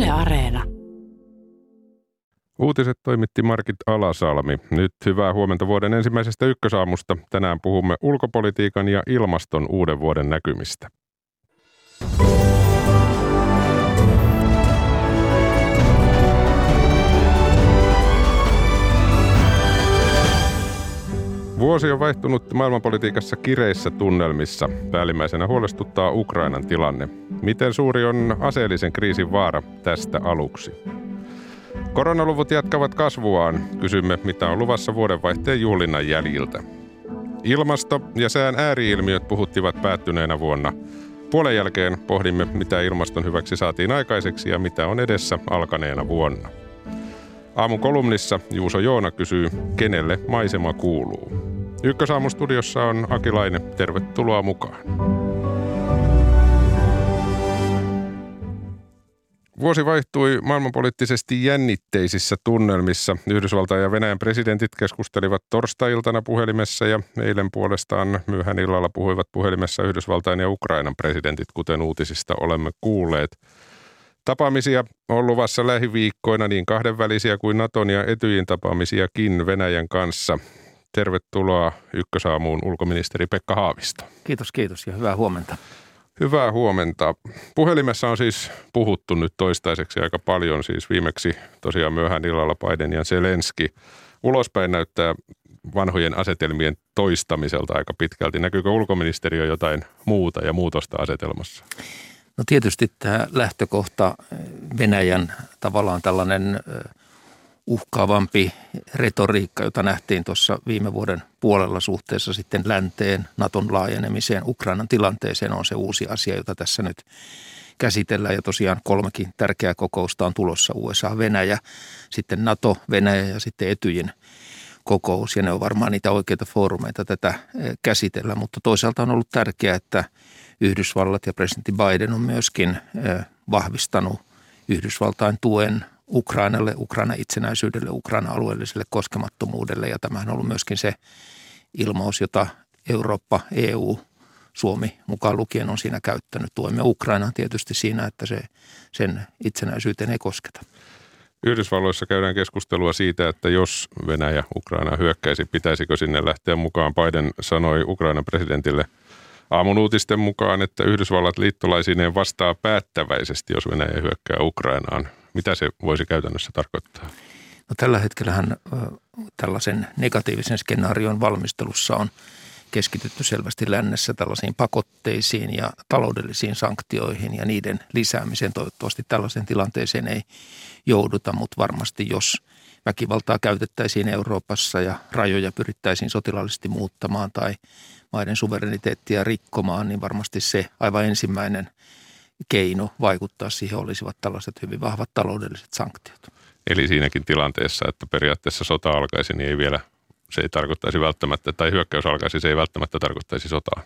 Yle Areena. Uutiset toimitti Margit Alasalmi. Nyt hyvää huomenta vuoden ensimmäisestä Ykkösaamusta. Tänään puhumme ulkopolitiikan ja ilmaston uuden vuoden näkymistä. Vuosi on vaihtunut maailmanpolitiikassa kireissä tunnelmissa. Päällimmäisenä huolestuttaa Ukrainan tilanne. Miten suuri on aseellisen kriisin vaara tästä aluksi? Koronaluvut jatkavat kasvuaan. Kysymme, mitä on luvassa vuodenvaihteen juhlinnan jäljiltä. Ilmasto ja sään ääriilmiöt puhuttivat päättyneenä vuonna. Puolen jälkeen pohdimme, mitä ilmaston hyväksi saatiin aikaiseksi ja mitä on edessä alkaneena vuonna. Aamun kolumnissa Juuso Joona kysyy, kenelle maisema kuuluu. Ykkösaamun studiossa on Aki Laine. Tervetuloa mukaan. Vuosi vaihtui maailmanpoliittisesti jännitteisissä tunnelmissa. Yhdysvaltain ja Venäjän presidentit keskustelivat torstai-iltana puhelimessa ja eilen puolestaan myöhään illalla puhuivat puhelimessa Yhdysvaltain ja Ukrainan presidentit, kuten uutisista olemme kuulleet. Tapaamisia on luvassa lähiviikkoina, niin kahdenvälisiä kuin Naton ja Etyjin tapaamisiakin Venäjän kanssa. Tervetuloa Ykkösaamuun ulkoministeri Pekka Haavisto. Kiitos ja hyvää huomenta. Hyvää huomenta. Puhelimessa on siis puhuttu nyt toistaiseksi aika paljon, siis viimeksi tosiaan myöhään illalla Biden ja Zelenski. Ulospäin näyttää vanhojen asetelmien toistamiselta aika pitkälti. Näkyykö ulkoministeriö jotain muuta ja muutosta asetelmassa? No tietysti tämä lähtökohta Venäjän tavallaan tällainen uhkaavampi retoriikka, jota nähtiin tuossa viime vuoden puolella suhteessa sitten länteen, Naton laajenemiseen, Ukrainan tilanteeseen on se uusi asia, jota tässä nyt käsitellään. Ja tosiaan 3 tärkeää kokousta on tulossa: USA, Venäjä, sitten NATO, Venäjä ja sitten Etyjin kokous. Ja ne on varmaan niitä oikeita foorumeita tätä käsitellä, mutta toisaalta on ollut tärkeää, että Yhdysvallat ja presidentti Biden on myöskin vahvistanut Yhdysvaltain tuen Ukrainalle, Ukrainan itsenäisyydelle, Ukrainan alueelliselle koskemattomuudelle. Ja tämähän on ollut myöskin se ilmaus, jota Eurooppa, EU, Suomi mukaan lukien on siinä käyttänyt. Tuemme Ukrainaa tietysti siinä, että sen itsenäisyyteen ei kosketa. Yhdysvalloissa käydään keskustelua siitä, että jos Venäjä Ukraina hyökkäisi, pitäisikö sinne lähteä mukaan. Biden sanoi Ukrainan presidentille aamun uutisten mukaan, että Yhdysvallat liittolaisineen vastaa päättäväisesti, jos Venäjä hyökkää Ukrainaan. Mitä se voisi käytännössä tarkoittaa? No, tällä hetkellähän tällaisen negatiivisen skenaarion valmistelussa on keskitytty selvästi lännessä tällaisiin pakotteisiin ja taloudellisiin sanktioihin ja niiden lisäämiseen. Toivottavasti tällaiseen tilanteeseen ei jouduta, mutta varmasti jos väkivaltaa käytettäisiin Euroopassa ja rajoja pyrittäisiin sotilaallisesti muuttamaan tai maiden suvereniteettia rikkomaan, niin varmasti se aivan ensimmäinen keino vaikuttaa siihen olisivat tällaiset hyvin vahvat taloudelliset sanktiot. Eli siinäkin tilanteessa, että periaatteessa sota alkaisi, niin ei vielä, se ei tarkoittaisi välttämättä, tai hyökkäys alkaisi, se ei välttämättä tarkoittaisi sotaa.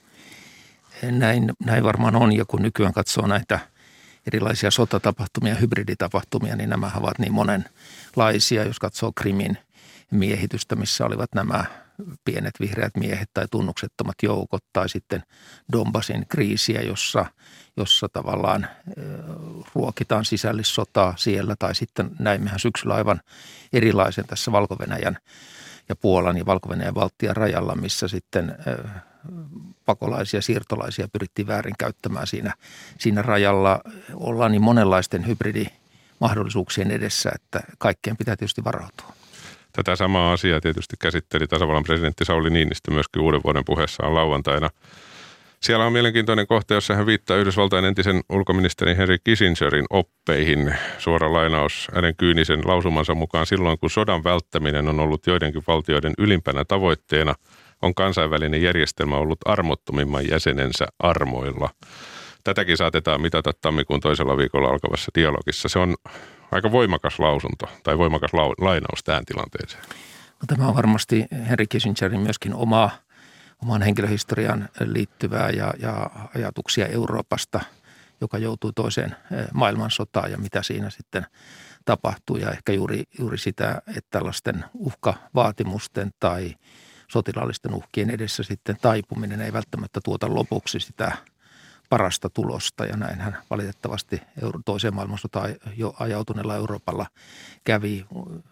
Näin varmaan on, ja kun nykyään katsoo näitä erilaisia sotatapahtumia, hybriditapahtumia, niin nämä ovat niin monenlaisia. Jos katsoo Krimin miehitystä, missä olivat nämä pienet vihreät miehet tai tunnuksettomat joukot, tai sitten Donbasin kriisiä, jossa tavallaan ruokitaan sisällissotaa siellä, tai sitten näimmehän syksyllä aivan erilaisen tässä Valko-Venäjän ja Puolan ja Valko-Venäjän Baltian rajalla, missä sitten pakolaisia, siirtolaisia pyrittiin väärinkäyttämään siinä rajalla. Ollaan niin monenlaisten hybridimahdollisuuksien edessä, että kaikkeen pitää tietysti varautua. Tätä samaa asiaa tietysti käsitteli tasavallan presidentti Sauli Niinistö myöskin uuden vuoden puheessaan lauantaina. Siellä on mielenkiintoinen kohta, jossa hän viittaa Yhdysvaltain entisen ulkoministerin Henry Kissingerin oppeihin. Suora lainaus hänen kyynisen lausumansa mukaan: silloin kun sodan välttäminen on ollut joidenkin valtioiden ylimpänä tavoitteena, on kansainvälinen järjestelmä ollut armottomimman jäsenensä armoilla. Tätäkin saatetaan mitata tammikuun toisella viikolla alkavassa dialogissa. Se on aika voimakas lausunto tai voimakas lainaus tähän tilanteeseen. No, tämä on varmasti Henry Kissingerin myöskin omaan henkilöhistoriaan liittyvää ja ajatuksia Euroopasta, joka joutuu toiseen maailmansotaan ja mitä siinä sitten tapahtuu. Ja ehkä juuri sitä, että tällaisten uhkavaatimusten tai sotilaallisten uhkien edessä sitten taipuminen ei välttämättä tuota lopuksi sitä parasta tulosta ja näinhän valitettavasti toiseen maailmansotaan jo ajautuneella Euroopalla kävi.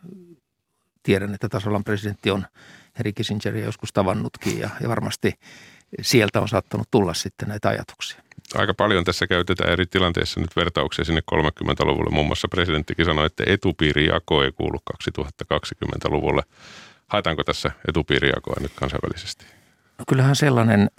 Tiedän, että tasavallan presidentti on Henry Kissingeria joskus tavannutkin ja varmasti sieltä on saattanut tulla sitten näitä ajatuksia. Aika paljon tässä käytetään eri tilanteissa nyt vertauksia sinne 30-luvulle. Muun muassa presidenttikin sanoi, että etupiirijako ei kuulu 2020-luvulle. Haetaanko tässä etupiirijakoa nyt kansainvälisesti? No kyllähän sellainen,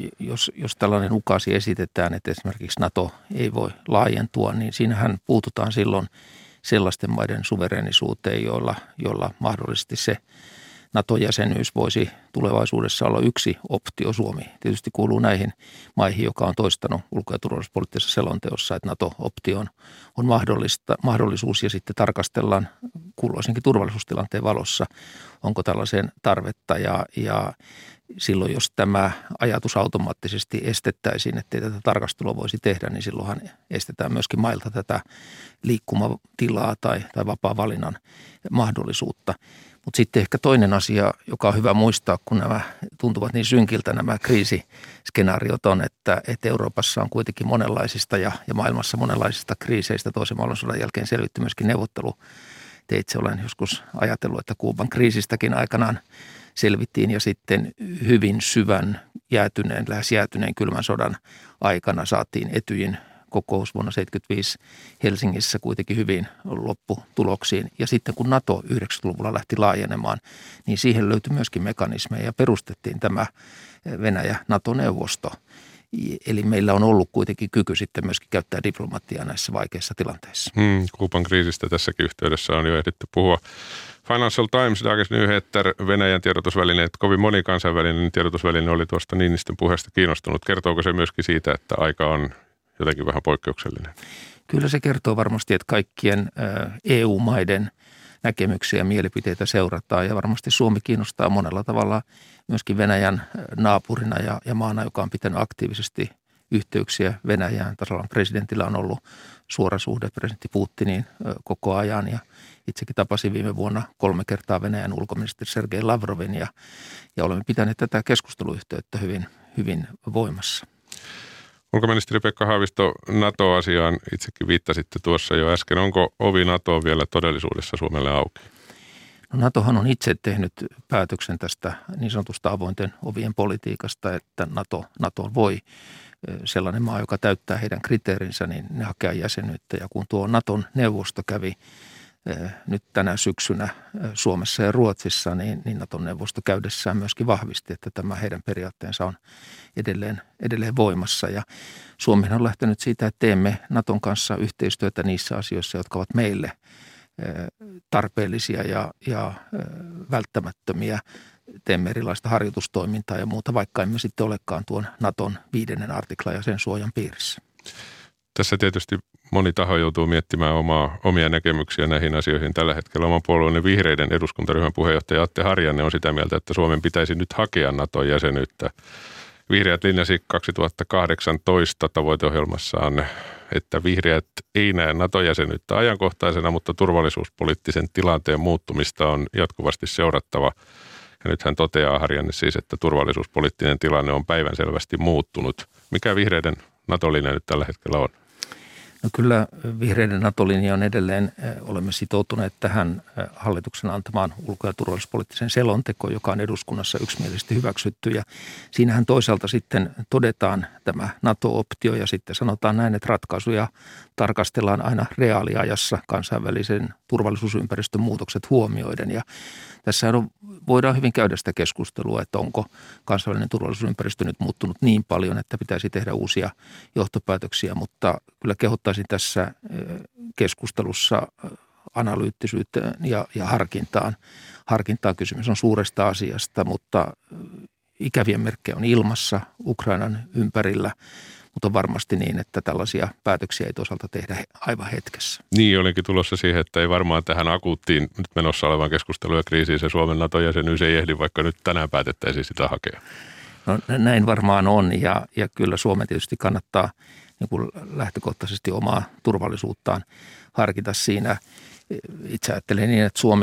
jos tällainen ukaasi esitetään, että esimerkiksi NATO ei voi laajentua, niin siinähän puututaan silloin sellaisten maiden suvereenisuuteen, joilla mahdollisesti se NATO-jäsenyys voisi tulevaisuudessa olla yksi optio. Suomi tietysti kuuluu näihin maihin, joka on toistanut ulko- ja turvallisuuspoliittisessa selonteossa, että NATO-optio on mahdollisuus ja sitten tarkastellaan kulloisenkin turvallisuustilanteen valossa, onko tällaiseen tarvetta ja silloin, jos tämä ajatus automaattisesti estettäisiin, ettei tätä tarkastelua voisi tehdä, niin silloinhan estetään myöskin mailta tätä liikkumatilaa tai vapaa valinnan mahdollisuutta. Mutta sitten ehkä toinen asia, joka on hyvä muistaa, kun nämä tuntuvat niin synkiltä nämä kriisiskenaariot on, että Euroopassa on kuitenkin monenlaisista ja maailmassa monenlaisista kriiseistä toisen maailmansodan jälkeen selvitty myöskin neuvotteluteitse. Olen joskus ajatellut, että Kuuban kriisistäkin aikanaan selvittiin ja sitten hyvin syvän lähes jäätyneen kylmän sodan aikana saatiin Etyjin kokous vuonna 1975 Helsingissä kuitenkin hyvin lopputuloksiin. Ja sitten kun NATO 90-luvulla lähti laajenemaan, niin siihen löytyi myöskin mekanismeja ja perustettiin tämä Venäjä-NATO-neuvosto. Eli meillä on ollut kuitenkin kyky sitten myöskin käyttää diplomatiaa näissä vaikeissa tilanteissa. Kuuban kriisistä tässäkin yhteydessä on jo ehditty puhua. Financial Times, Dagens Nyheter, Venäjän tiedotusvälineet, kovin moni kansainvälinen tiedotusväline oli tuosta Niinistön puheesta kiinnostunut. Kertooko se myöskin siitä, että aika on jotenkin vähän poikkeuksellinen? Kyllä se kertoo varmasti, että kaikkien EU-maiden näkemyksiä ja mielipiteitä seurataan ja varmasti Suomi kiinnostaa monella tavalla myöskin Venäjän naapurina ja maana, joka on pitänyt aktiivisesti yhteyksiä Venäjään. Tasavallan presidentillä on ollut suora suhde presidentti Putiniin koko ajan ja itsekin tapasin viime vuonna 3 kertaa Venäjän ulkoministeri Sergei Lavrovin ja olemme pitäneet tätä keskusteluyhteyttä hyvin, hyvin voimassa. Ulkoministeri Pekka Haavisto, NATO-asiaan itsekin viittasitte tuossa jo äsken. Onko ovi NATOon vielä todellisuudessa Suomelle auki? No NATOhan on itse tehnyt päätöksen tästä niin sanotusta avointen ovien politiikasta, että NATO voi sellainen maa, joka täyttää heidän kriteerinsä, niin ne hakea jäsenyyttä. Ja kun tuo NATOn neuvosto kävi nyt tänä syksynä Suomessa ja Ruotsissa, niin NATOn neuvosto käydessään myöskin vahvisti, että tämä heidän periaatteensa on edelleen voimassa. Ja Suomihan on lähtenyt siitä, että teemme NATOn kanssa yhteistyötä niissä asioissa, jotka ovat meille tarpeellisia ja välttämättömiä. Teemme erilaista harjoitustoimintaa ja muuta, vaikka emme sitten olekaan tuon NATOn 5. artikla ja sen suojan piirissä. Tässä tietysti moni taho joutuu miettimään omia näkemyksiä näihin asioihin. Tällä hetkellä oman puolueen Vihreiden eduskuntaryhmän puheenjohtaja Atte Harjanne on sitä mieltä, että Suomen pitäisi nyt hakea NATOn jäsenyyttä. Vihreät linjasi 2018 tavoiteohjelmassaan, että vihreät ei näe NATO-jäsenyyttä ajankohtaisena, mutta turvallisuuspoliittisen tilanteen muuttumista on jatkuvasti seurattava. Ja nyt hän toteaa Harjanne siis, että turvallisuuspoliittinen tilanne on päivänselvästi muuttunut. Mikä vihreiden NATO-linja nyt tällä hetkellä on? No kyllä vihreiden NATO-linja on edelleen, olemme sitoutuneet tähän hallituksen antamaan ulko- ja turvallisuuspoliittiseen selontekoon, joka on eduskunnassa yksimielisesti hyväksytty. Ja siinähän toisaalta sitten todetaan tämä NATO-optio ja sitten sanotaan näin, että ratkaisuja tarkastellaan aina reaaliajassa kansainvälisen turvallisuusympäristön muutokset huomioiden. Ja tässä voidaan hyvin käydä sitä keskustelua, että onko kansainvälinen turvallisuusympäristö nyt muuttunut niin paljon, että pitäisi tehdä uusia johtopäätöksiä, mutta kyllä kehottaisin tässä keskustelussa analyyttisyyteen ja harkintaan. Harkintaan kysymys on suuresta asiasta, mutta ikäviä merkkejä on ilmassa Ukrainan ympärillä. Mutta on varmasti niin, että tällaisia päätöksiä ei toisaalta tehdä aivan hetkessä. Niin, olinkin tulossa siihen, että ei varmaan tähän akuuttiin nyt menossa olevan keskusteluun ja kriisiin se Suomen NATO-jäsenyys ei ehdi, vaikka nyt tänään päätettäisiin sitä hakea. No näin varmaan on ja kyllä Suomen tietysti kannattaa niin kuin lähtökohtaisesti omaa turvallisuuttaan harkita siinä. Itse ajattelen niin, että Suomi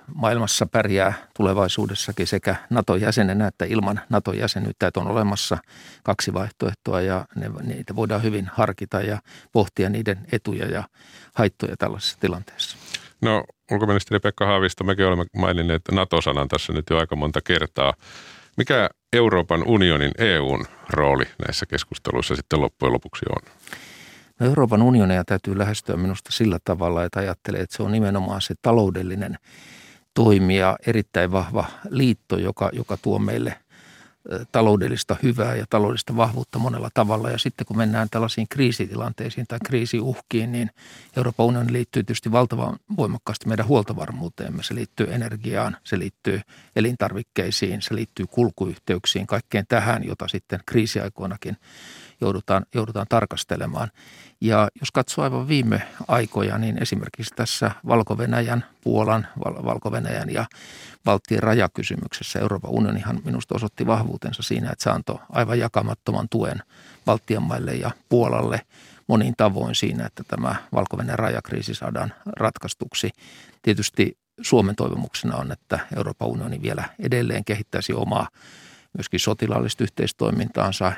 maailmassa pärjää tulevaisuudessakin sekä NATO-jäsenenä että ilman NATO-jäsenyyttä, että on olemassa kaksi vaihtoehtoa ja niitä voidaan hyvin harkita ja pohtia niiden etuja ja haittoja tällaisessa tilanteessa. No, ulkoministeri Pekka Haavisto, mekin olemme maininneet NATO-sanan tässä nyt jo aika monta kertaa. Mikä Euroopan unionin, EUn rooli näissä keskusteluissa sitten loppujen lopuksi on? No, Euroopan unionia täytyy lähestyä minusta sillä tavalla, että ajattelee, että se on nimenomaan se taloudellinen toimija, erittäin vahva liitto, joka tuo meille taloudellista hyvää ja taloudellista vahvuutta monella tavalla. Ja sitten kun mennään tällaisiin kriisitilanteisiin tai kriisiuhkiin, niin Euroopan unioni liittyy tietysti valtavan voimakkaasti meidän huoltovarmuuteemme. Se liittyy energiaan, se liittyy elintarvikkeisiin, se liittyy kulkuyhteyksiin, kaikkeen tähän, jota sitten kriisiaikoinakin joudutaan tarkastelemaan. Ja jos katsoo aivan viime aikoja, niin esimerkiksi tässä Valko-Venäjän, Puolan, Valko-Venäjän ja Baltian rajakysymyksessä Euroopan unionihan minusta osoitti vahvuutensa siinä, että se antoi aivan jakamattoman tuen Baltian maille ja Puolalle monin tavoin siinä, että tämä Valko-Venäjän rajakriisi saadaan ratkaistuksi. Tietysti Suomen toivomuksena on, että Euroopan unioni vielä edelleen kehittäisi omaa myöskin sotilaallista yhteistoimintaansa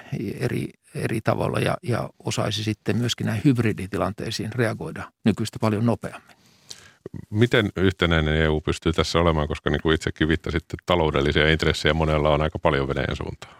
eri tavalla ja osaisi sitten myöskin näihin hybriditilanteisiin reagoida nykyistä paljon nopeammin. Miten yhtenäinen EU pystyy tässä olemaan, koska niin kuin itsekin viittasitte, taloudellisia intressejä monella on aika paljon Venäjän suuntaan?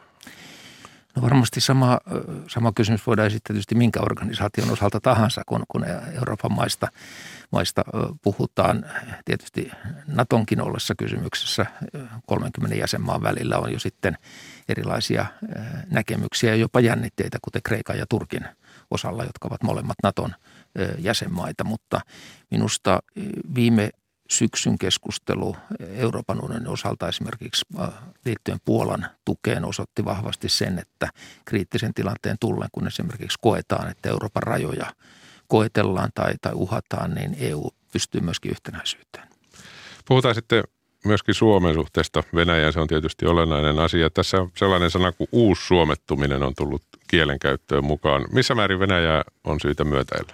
No varmasti sama kysymys voidaan esittää tietysti minkä organisaation osalta tahansa, kun Euroopan maista puhutaan. Tietysti Natonkin ollessa kysymyksessä 30 jäsenmaan välillä on jo sitten erilaisia näkemyksiä ja jopa jännitteitä, kuten Kreikan ja Turkin osalla, jotka ovat molemmat Naton jäsenmaita. Mutta minusta viime syksyn keskustelu Euroopan unionin osalta esimerkiksi liittyen Puolan tukeen osoitti vahvasti sen, että kriittisen tilanteen tullen, kun esimerkiksi koetaan, että Euroopan rajoja koetellaan tai uhataan, niin EU pystyy myöskin yhtenäisyyteen. Puhutaan sitten myöskin Suomen suhteesta Venäjään. Se on tietysti olennainen asia. Tässä sellainen sana kuin uussuomettuminen on tullut kielenkäyttöön mukaan. Missä määrin Venäjää on syytä myötäillä?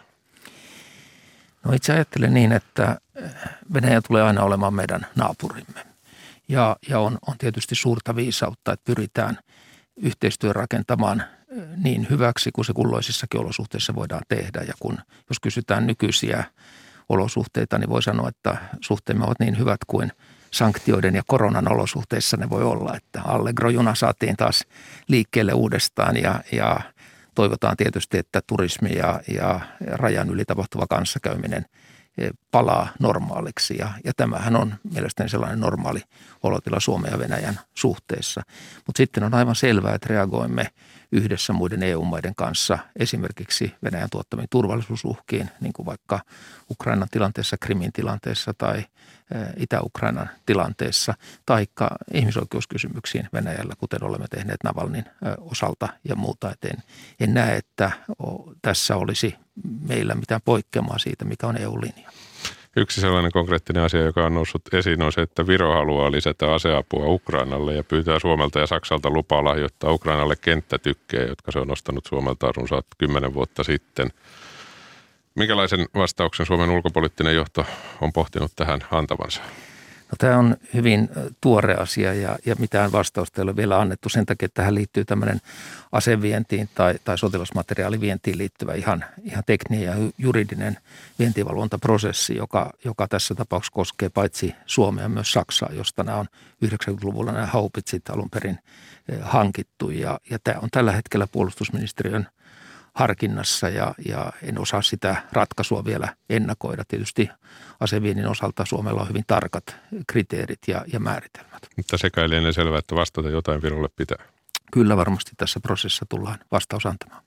No itse ajattelen niin, että Venäjä tulee aina olemaan meidän naapurimme. Ja on tietysti suurta viisautta, että pyritään yhteistyön rakentamaan niin hyväksi kuin se kulloisissakin olosuhteissa voidaan tehdä. Ja jos kysytään nykyisiä olosuhteita, niin voi sanoa, että suhteemme ovat niin hyvät kuin sanktioiden ja koronan olosuhteissa ne voi olla. Että Allegro-juna saatiin taas liikkeelle uudestaan ja toivotaan tietysti, että turismi ja rajan yli tapahtuva kanssakäyminen palaa normaaliksi. Ja tämähän on mielestäni sellainen normaali olotila Suomen ja Venäjän suhteessa. Mutta sitten on aivan selvää, että reagoimme yhdessä muiden EU-maiden kanssa esimerkiksi Venäjän tuottamiin turvallisuusuhkiin, niin kuin vaikka Ukrainan tilanteessa, Krimin tilanteessa tai Itä-Ukrainan tilanteessa, taikka ihmisoikeuskysymyksiin Venäjällä, kuten olemme tehneet Navalnin osalta ja muuta. En näe, että tässä olisi meillä mitään poikkeamaa siitä, mikä on EU-linja. Yksi sellainen konkreettinen asia, joka on noussut esiin, on se, että Viro haluaa lisätä aseapua Ukrainalle ja pyytää Suomelta ja Saksalta lupaa lahjoittaa Ukrainalle kenttätykkejä, jotka se on ostanut Suomelta runsaat 10 vuotta sitten. Minkälaisen vastauksen Suomen ulkopoliittinen johto on pohtinut tähän antavansa? No, tämä on hyvin tuore asia ja mitään vastausta ei ole vielä annettu sen takia, että tähän liittyy tämmöinen asevientiin tai sotilasmateriaalivientiin liittyvä ihan tekninen ja juridinen vientivalvontaprosessi, joka tässä tapauksessa koskee paitsi Suomea myös Saksaa, josta nämä on 90-luvulla nämä haupitsit alun perin hankittu ja tämä on tällä hetkellä puolustusministeriön harkinnassa ja en osaa sitä ratkaisua vielä ennakoida. Tietysti aseviennin osalta Suomella on hyvin tarkat kriteerit ja määritelmät. Mutta sekä ei liene selvää, että vastata jotain Virolle pitää. Kyllä varmasti tässä prosessissa tullaan vastaus antamaan.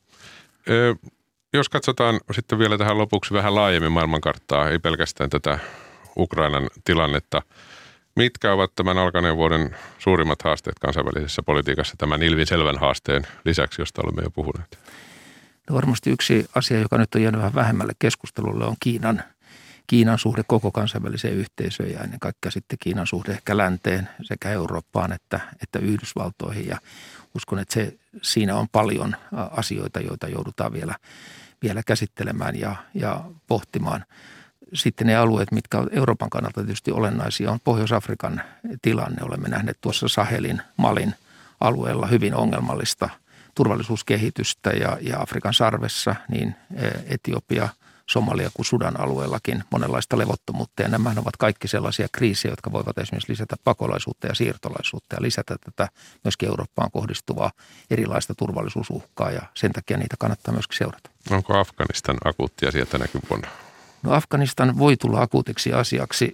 Jos katsotaan sitten vielä tähän lopuksi vähän laajemmin maailmankarttaa, ei pelkästään tätä Ukrainan tilannetta. Mitkä ovat tämän alkaneen vuoden suurimmat haasteet kansainvälisessä politiikassa tämän ilmiselvän haasteen lisäksi, josta olemme jo puhuneet? No varmasti yksi asia, joka nyt on jäänyt vähän vähemmälle keskustelulle, on Kiinan suhde koko kansainväliseen yhteisöön ja ennen kaikkea sitten Kiinan suhde ehkä länteen sekä Eurooppaan että Yhdysvaltoihin. Ja uskon, että siinä on paljon asioita, joita joudutaan vielä käsittelemään ja pohtimaan. sitten ne alueet, mitkä ovat Euroopan kannalta tietysti olennaisia, on Pohjois-Afrikan tilanne. Olemme nähneet tuossa Sahelin, Malin alueella hyvin ongelmallista turvallisuuskehitystä ja Afrikan sarvessa, niin Etiopia, Somalia kuin Sudan alueellakin monenlaista levottomuutta. Ja nämä ovat kaikki sellaisia kriisejä, jotka voivat esimerkiksi lisätä pakolaisuutta ja siirtolaisuutta ja lisätä tätä myöskin Eurooppaan kohdistuvaa erilaista turvallisuusuhkaa ja sen takia niitä kannattaa myöskin seurata. Onko Afganistan akuutti asia tänäkin vuonna? No Afganistan voi tulla akuutiksi asiaksi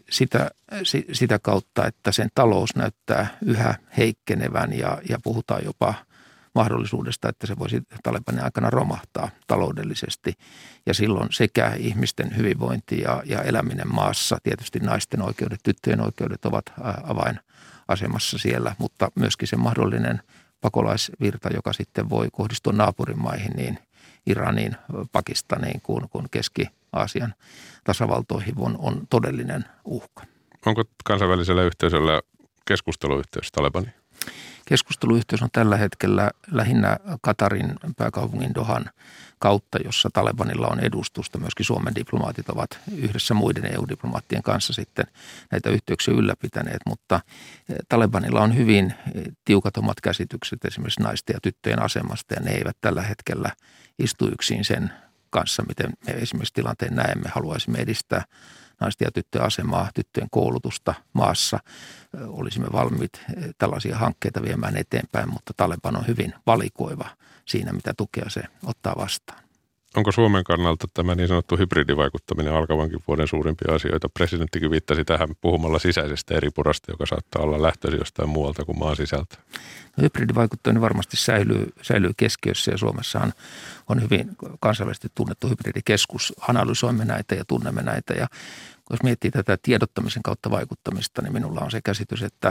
sitä kautta, että sen talous näyttää yhä heikkenevän ja puhutaan jopa mahdollisuudesta, että se voisi Talebanin aikana romahtaa taloudellisesti. Ja silloin sekä ihmisten hyvinvointi ja eläminen maassa, tietysti naisten oikeudet, tyttöjen oikeudet ovat avainasemassa siellä, mutta myöskin se mahdollinen pakolaisvirta, joka sitten voi kohdistua naapurimaihin, niin Iraniin, Pakistaniin kuin Keski-Aasian tasavaltoihin on todellinen uhka. Onko kansainvälisellä yhteisöllä keskusteluyhteys Talebaniin? Keskusteluyhteys on tällä hetkellä lähinnä Katarin pääkaupungin Dohan kautta, jossa Talebanilla on edustusta. Myöskin Suomen diplomaatit ovat yhdessä muiden EU-diplomaattien kanssa sitten näitä yhteyksiä ylläpitäneet, mutta Talebanilla on hyvin tiukat omat käsitykset esimerkiksi naisten ja tyttöjen asemasta ja ne eivät tällä hetkellä istu yksin sen kanssa, miten me esimerkiksi tilanteen näemme. Haluaisimme edistää naisten ja tyttöjen asemaa, tyttöjen koulutusta maassa. Olisimme valmiit tällaisia hankkeita viemään eteenpäin, mutta Taleban on hyvin valikoiva siinä, mitä tukea se ottaa vastaan. Onko Suomen kannalta tämä niin sanottu hybridivaikuttaminen alkavankin vuoden suurimpia asioita? Presidenttikin viittasi tähän puhumalla sisäisestä eripurasta, joka saattaa olla lähtöisin jostain muualta kuin maan sisältä. No, hybridivaikuttaminen varmasti säilyy keskiössä ja Suomessahan on hyvin kansainvälisesti tunnettu hybridikeskus. Analysoimme näitä ja tunnemme näitä ja jos miettii tätä tiedottamisen kautta vaikuttamista, niin minulla on se käsitys, että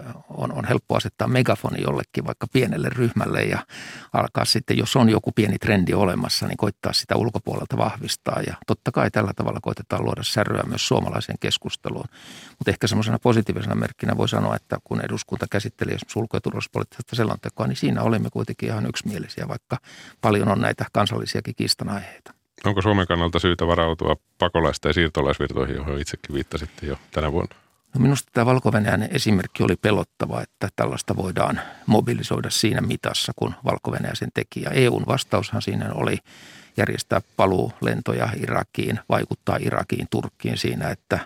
on helppo asettaa megafoni jollekin vaikka pienelle ryhmälle ja alkaa sitten, jos on joku pieni trendi olemassa, niin koittaa sitä ulkopuolelta vahvistaa. Ja totta kai tällä tavalla koitetaan luoda säröä myös suomalaiseen keskusteluun. Mutta ehkä semmoisena positiivisena merkkinä voi sanoa, että kun eduskunta käsitteli esimerkiksi ulko- ja turvallisuuspoliittista selontekoa, niin siinä olimme kuitenkin ihan yksimielisiä, vaikka paljon on näitä kansallisiakin kiistanaiheita. Onko Suomen kannalta syytä varautua pakolaista ja siirtolaisvirtoihin, johon itsekin viittasitte jo tänä vuonna? No minusta tämä Valko-Venäjän esimerkki oli pelottava, että tällaista voidaan mobilisoida siinä mitassa, kun Valko-Venäjä sen teki. Ja EUn vastaushan siinä oli järjestää paluulentoja Irakiin, vaikuttaa Irakiin, Turkkiin siinä, että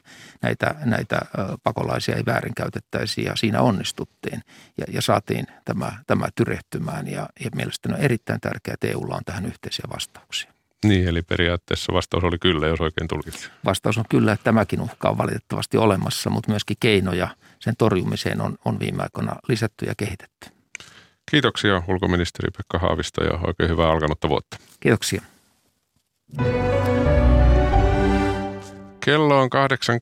näitä pakolaisia ei väärinkäytettäisi ja siinä onnistuttiin ja saatiin tämä tyrehtymään ja mielestäni on erittäin tärkeää, että EUlla on tähän yhteisiä vastauksia. Niin, eli periaatteessa vastaus oli kyllä, jos oikein tulkitsin. Vastaus on kyllä, että tämäkin uhka on valitettavasti olemassa, mutta myöskin keinoja sen torjumiseen on viime aikoina lisätty ja kehitetty. Kiitoksia ulkoministeri Pekka Haavisto ja oikein hyvää alkanutta vuotta. Kiitoksia. Kello on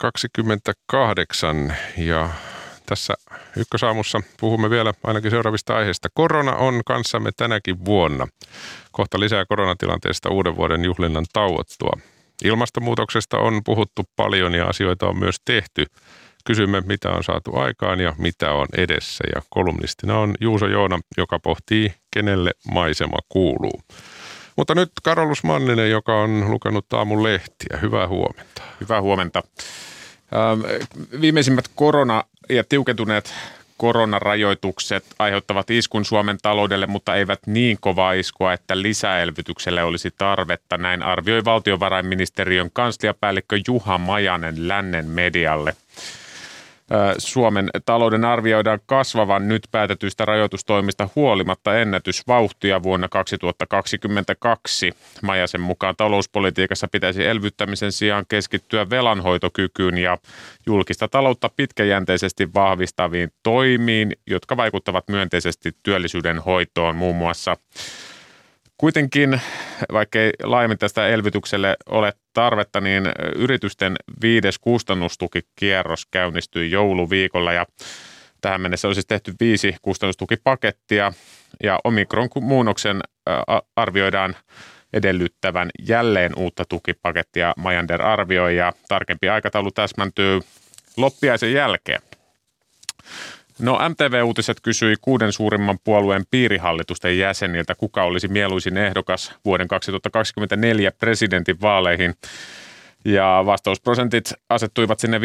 8.28 ja tässä Ykkösaamussa puhumme vielä ainakin seuraavista aiheista. Korona on kanssamme tänäkin vuonna. Kohta lisää koronatilanteesta uuden vuoden juhlinnan tauottua. Ilmastonmuutoksesta on puhuttu paljon ja asioita on myös tehty. Kysymme, mitä on saatu aikaan ja mitä on edessä. Ja kolumnistina on Juuso Joona, joka pohtii, kenelle maisema kuuluu. Mutta nyt Carolus Manninen, joka on lukenut aamun lehtiä. Hyvää huomenta. Hyvää huomenta. Viimeisimmät korona- ja tiukentuneet koronarajoitukset aiheuttavat iskun Suomen taloudelle, mutta eivät niin kovaa iskua, että lisäelvytykselle olisi tarvetta. Näin arvioi valtiovarainministeriön kansliapäällikkö Juha Majanen Lännen medialle. Suomen talouden arvioidaan kasvavan nyt päätetyistä rajoitustoimista huolimatta ennätysvauhtia vuonna 2022. Majasen mukaan talouspolitiikassa pitäisi elvyttämisen sijaan keskittyä velanhoitokykyyn ja julkista taloutta pitkäjänteisesti vahvistaviin toimiin, jotka vaikuttavat myönteisesti työllisyyden hoitoon muun muassa. Kuitenkin, vaikkei laajemmin tästä elvytykselle ole tarvetta, niin yritysten 5. kustannustukikierros käynnistyi jouluviikolla ja tähän mennessä olisi tehty 5 kustannustukipakettia ja Omikron-muunnoksen arvioidaan edellyttävän jälleen uutta tukipakettia, Majander arvioi, ja tarkempi aikataulu täsmäntyy loppiaisen jälkeen. No, MTV-uutiset kysyi 6 suurimman puolueen piirihallitusten jäseniltä, kuka olisi mieluisin ehdokas vuoden 2024 presidentinvaaleihin. Ja vastausprosentit asettuivat sinne 50-60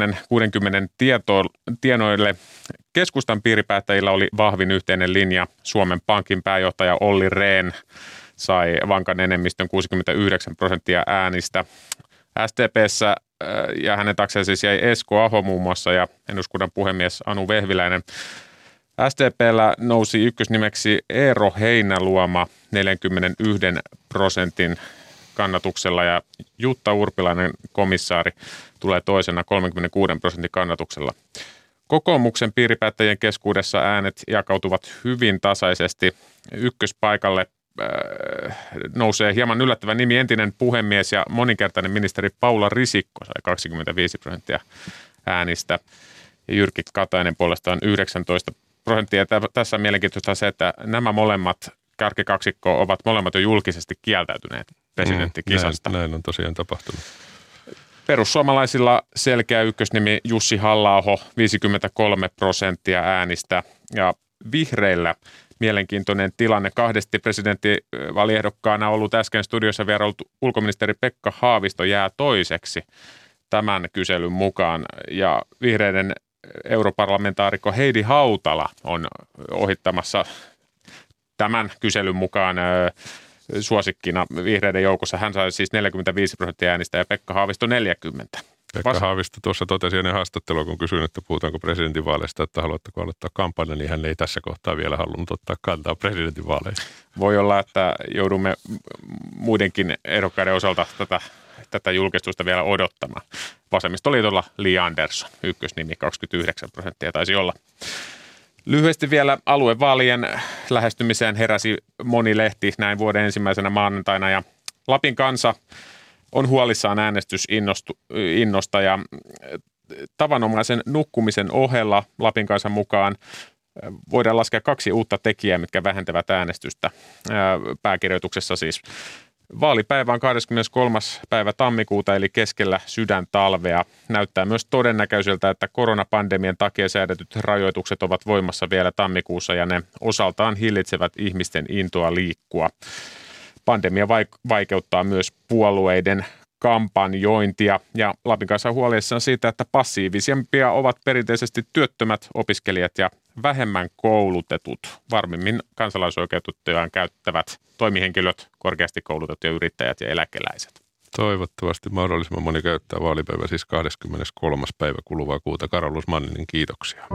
tienoille. Keskustan piiripäättäjillä oli vahvin yhteinen linja. Suomen Pankin pääjohtaja Olli Rehn sai vankan enemmistön 69% äänistä. SDP:ssä ja hänen takseen siis jäi Esko Aho muun muassa ja eduskunnan puhemies Anu Vehviläinen. SDP:llä nousi ykkösnimeksi Eero Heinäluoma 41% kannatuksella ja Jutta Urpilainen komissaari tulee toisena 36% kannatuksella. Kokoomuksen piiripäättäjien keskuudessa äänet jakautuvat hyvin tasaisesti. Ykköspaikalle nousee hieman yllättävä nimi, entinen puhemies ja moninkertainen ministeri Paula Risikko sai 25% äänistä ja Jyrki Katainen puolestaan 19%. Tässä on mielenkiintoista se, että nämä molemmat kärkikaksikko ovat molemmat jo julkisesti kieltäytyneet presidenttikisasta. Näin on tosiaan tapahtunut. Perussuomalaisilla selkeä ykkösnimi Jussi Halla-aho 53% äänistä ja vihreillä mielenkiintoinen tilanne. Kahdesti presidenttivaaliehdokkaana ollut äsken studiossa vierailut ulkoministeri Pekka Haavisto jää toiseksi tämän kyselyn mukaan ja vihreiden europarlamentaarikko Heidi Hautala on ohittamassa tämän kyselyn mukaan suosikkina vihreiden joukossa. Hän sai siis 45% äänistä ja Pekka Haavisto 40%. Pekka Haavisto tuossa totesi ennen haastattelua, kun kysyin, että puhutaanko presidentinvaaleista, että haluatteko aloittaa kampanja, niin hän ei tässä kohtaa vielä halunnut ottaa kantaa presidentinvaaleista. Voi olla, että joudumme muidenkin ehdokkaiden osalta tätä julkistusta vielä odottamaan. Vasemmistoliitolla Li Andersson, ykkösnimi 29% taisi olla. Lyhyesti vielä aluevaalien lähestymiseen heräsi moni lehti näin vuoden ensimmäisenä maanantaina ja Lapin kansa on huolissaan äänestysinnosta ja tavanomaisen nukkumisen ohella Lapin kansan mukaan voidaan laskea 2 uutta tekijää, mitkä vähentävät äänestystä pääkirjoituksessa siis. Vaalipäivä on 23. päivä tammikuuta eli keskellä sydäntalvea. Näyttää myös todennäköiseltä, että koronapandemian takia säädetyt rajoitukset ovat voimassa vielä tammikuussa ja ne osaltaan hillitsevät ihmisten intoa liikkua. Pandemia vaikeuttaa myös puolueiden kampanjointia ja Lapin kanssa on huolissaan siitä, että passiivisempia ovat perinteisesti työttömät opiskelijat ja vähemmän koulutetut, varmimmin kansalaisoikeutettuaan käyttävät toimihenkilöt, korkeasti koulutettuja yrittäjät ja eläkeläiset. Toivottavasti mahdollisimman moni käyttää vaalipäivä, siis 23. päivä kuluvaa kuuta. Carolus Manninen, kiitoksia.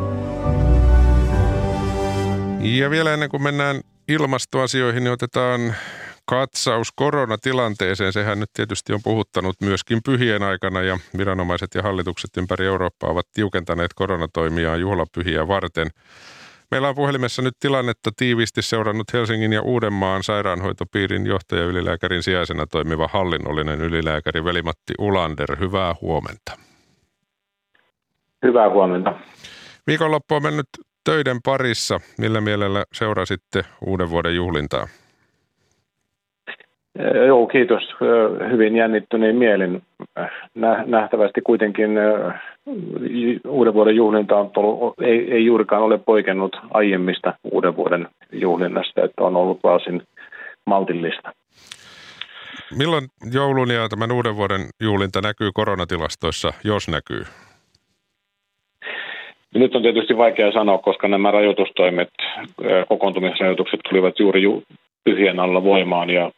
Ja vielä ennen kuin mennään ilmastoasioihin, niin otetaan katsaus koronatilanteeseen. Sehän nyt tietysti on puhuttanut myöskin pyhien aikana ja viranomaiset ja hallitukset ympäri Eurooppaa ovat tiukentaneet koronatoimiaan juhlapyhiä varten. Meillä on puhelimessa nyt tilannetta tiiviisti seurannut Helsingin ja Uudenmaan sairaanhoitopiirin johtajaylilääkärin sijaisena toimiva hallinnollinen ylilääkäri Veli-Matti Ulander. Hyvää huomenta. Hyvää huomenta. Viikonloppu on mennyt töiden parissa. Millä mielellä seurasitte uuden vuoden juhlintaa? Joo, kiitos. Hyvin jännittynein mielin. Nähtävästi kuitenkin uuden vuoden juhlinta on ollut, ei juurikaan ole poikennut aiemmista uuden vuoden juhlinnasta, että on ollut varsin maltillista. Milloin joulun ja tämän uuden vuoden juhlinta näkyy koronatilastoissa, jos näkyy? Nyt on tietysti vaikea sanoa, koska nämä rajoitustoimet, kokoontumisrajoitukset tulivat juuri pyhien alla voimaan ja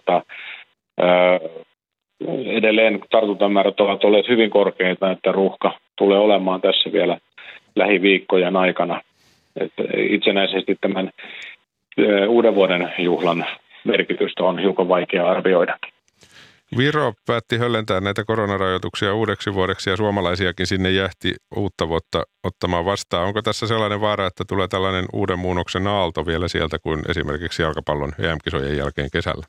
edelleen tartuntamäärät ovat olleet hyvin korkeita, että ruuhka tulee olemaan tässä vielä lähiviikkojen aikana. Että itsenäisesti tämän uuden vuoden juhlan merkitystä on hiukan vaikea arvioida. Viro päätti höllentää näitä koronarajoituksia uudeksi vuodeksi ja suomalaisiakin sinne jähti uutta vuotta ottamaan vastaan. Onko tässä sellainen vaara, että tulee tällainen uuden muunnoksen aalto vielä sieltä kuin esimerkiksi jalkapallon EM-kisojen jälkeen kesällä?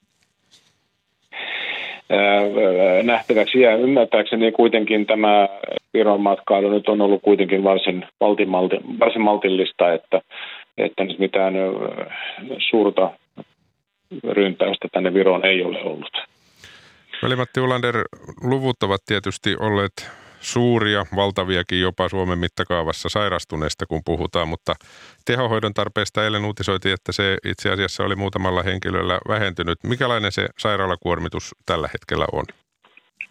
Nähtäväksi ja ymmärtääkseni kuitenkin tämä Viron matkailu nyt on ollut kuitenkin varsin maltillista, että nyt mitään suurta ryntäystä tänne Viroon ei ole ollut. Veli-Matti Ulander, luvut ovat tietysti olleet suuria, valtaviakin jopa Suomen mittakaavassa sairastuneista, kun puhutaan, mutta tehohoidon tarpeesta eilen uutisoitiin, että se itse asiassa oli muutamalla henkilöllä vähentynyt. Mikälainen se sairaalakuormitus tällä hetkellä on?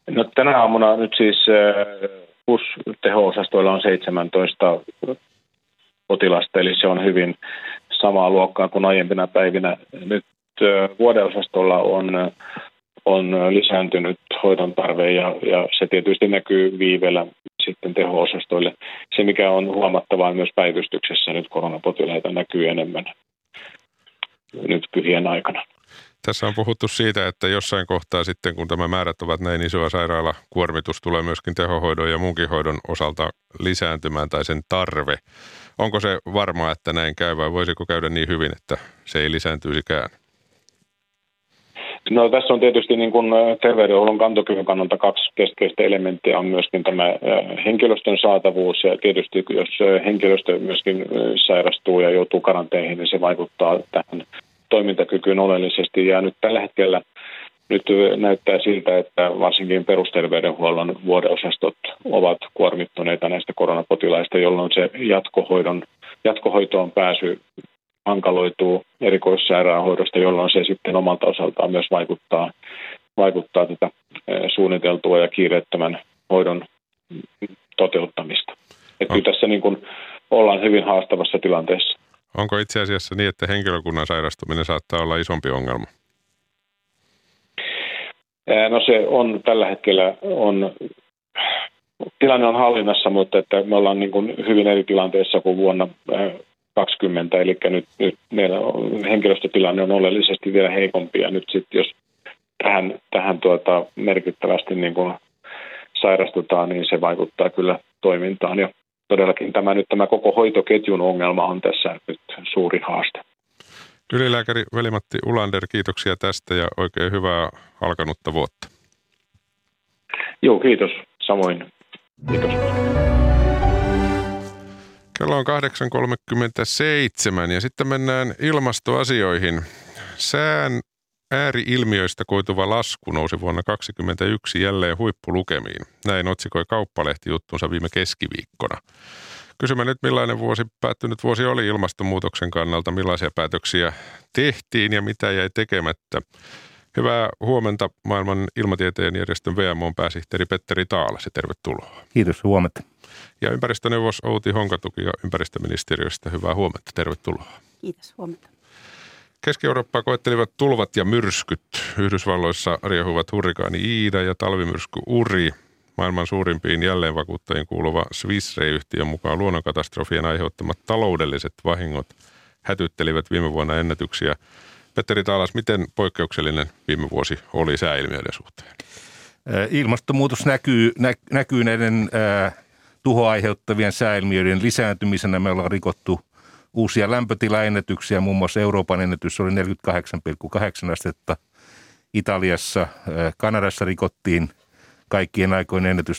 No, tänä aamuna nyt siis teho-osastoilla on 17 potilasta, eli se on hyvin samaa luokkaa kuin aiempina päivinä. Nyt vuodeosastolla on lisääntynyt hoidon tarve ja se tietysti näkyy viiveellä sitten teho-osastoille. Se, mikä on huomattavaa myös päivystyksessä, nyt koronapotilaita näkyy enemmän nyt pyhien aikana. Tässä on puhuttu siitä, että jossain kohtaa sitten, kun tämä määrät ovat näin isoa, sairaalakuormitus tulee myöskin tehohoidon ja muunkin hoidon osalta lisääntymään tai sen tarve. Onko se varmaa, että näin käy vai voisiko käydä niin hyvin, että se ei lisääntyisikään? No, tässä on tietysti niin kuin terveydenhuollon kantokyvyn kannalta 2 keskeistä elementtiä. On myöskin tämä henkilöstön saatavuus ja tietysti jos henkilöstö myöskin sairastuu ja joutuu karanteihin, niin se vaikuttaa tähän toimintakykyyn oleellisesti. Ja nyt tällä hetkellä nyt näyttää siltä, että varsinkin perusterveydenhuollon vuodeosastot ovat kuormittuneita näistä koronapotilaista, jolloin se jatkohoitoon pääsy hankaloituu erikoissairaanhoidosta, jolloin se sitten omalta osaltaan myös vaikuttaa tätä suunniteltua ja kiireettömän hoidon toteuttamista. Että tässä niin kuin ollaan hyvin haastavassa tilanteessa. Onko itse asiassa niin, että henkilökunnan sairastuminen saattaa olla isompi ongelma? No, se on tällä hetkellä tilanne on hallinnassa, mutta että me ollaan niin kuin hyvin eri tilanteessa kuin vuonna 2020, eli nyt meillä henkilöstötilanne on oleellisesti vielä heikompi, ja nyt sitten jos tähän merkittävästi niin kuin sairastutaan, niin se vaikuttaa kyllä toimintaan, ja todellakin tämä koko hoitoketjun ongelma on tässä nyt suuri haaste. Ylilääkäri Veli-Matti Ulander, kiitoksia tästä ja oikein hyvää alkanutta vuotta. Joo, kiitos. Samoin. Kiitos. Kello on 8.37 ja sitten mennään ilmastoasioihin. Sään ääri-ilmiöistä koituva lasku nousi vuonna 2021 jälleen huippulukemiin. Näin otsikoi Kauppalehti juttunsa viime keskiviikkona. Kysymme nyt, millainen päättynyt vuosi oli ilmastonmuutoksen kannalta, millaisia päätöksiä tehtiin ja mitä jäi tekemättä. Hyvää huomenta maailman ilmatieteen järjestön WMO:n pääsihteeri Petteri Taalas ja tervetuloa. Kiitos, huomenta. Ja ympäristöneuvos Outi Honkatuki ja ympäristöministeriöstä hyvää huomenta, tervetuloa. Kiitos, huomenta. Keski-Eurooppaa koettelivat tulvat ja myrskyt. Yhdysvalloissa riehuvat hurrikaani Iida ja talvimyrsky Uri. Maailman suurimpiin jälleenvakuuttajiin kuuluva Swiss Re-yhtiön mukaan luonnonkatastrofien aiheuttamat taloudelliset vahingot hätyttelivät viime vuonna ennätyksiä. Petteri Taalas, miten poikkeuksellinen viime vuosi oli sääilmiöiden suhteen? Ilmastonmuutos näkyy näiden tuhoa aiheuttavien sääilmiöiden lisääntymisenä. Me ollaan rikottu uusia lämpötilaennätyksiä, muun muassa Euroopan ennätys oli 48,8 astetta. Italiassa, Kanadassa rikottiin kaikkien aikojen ennätys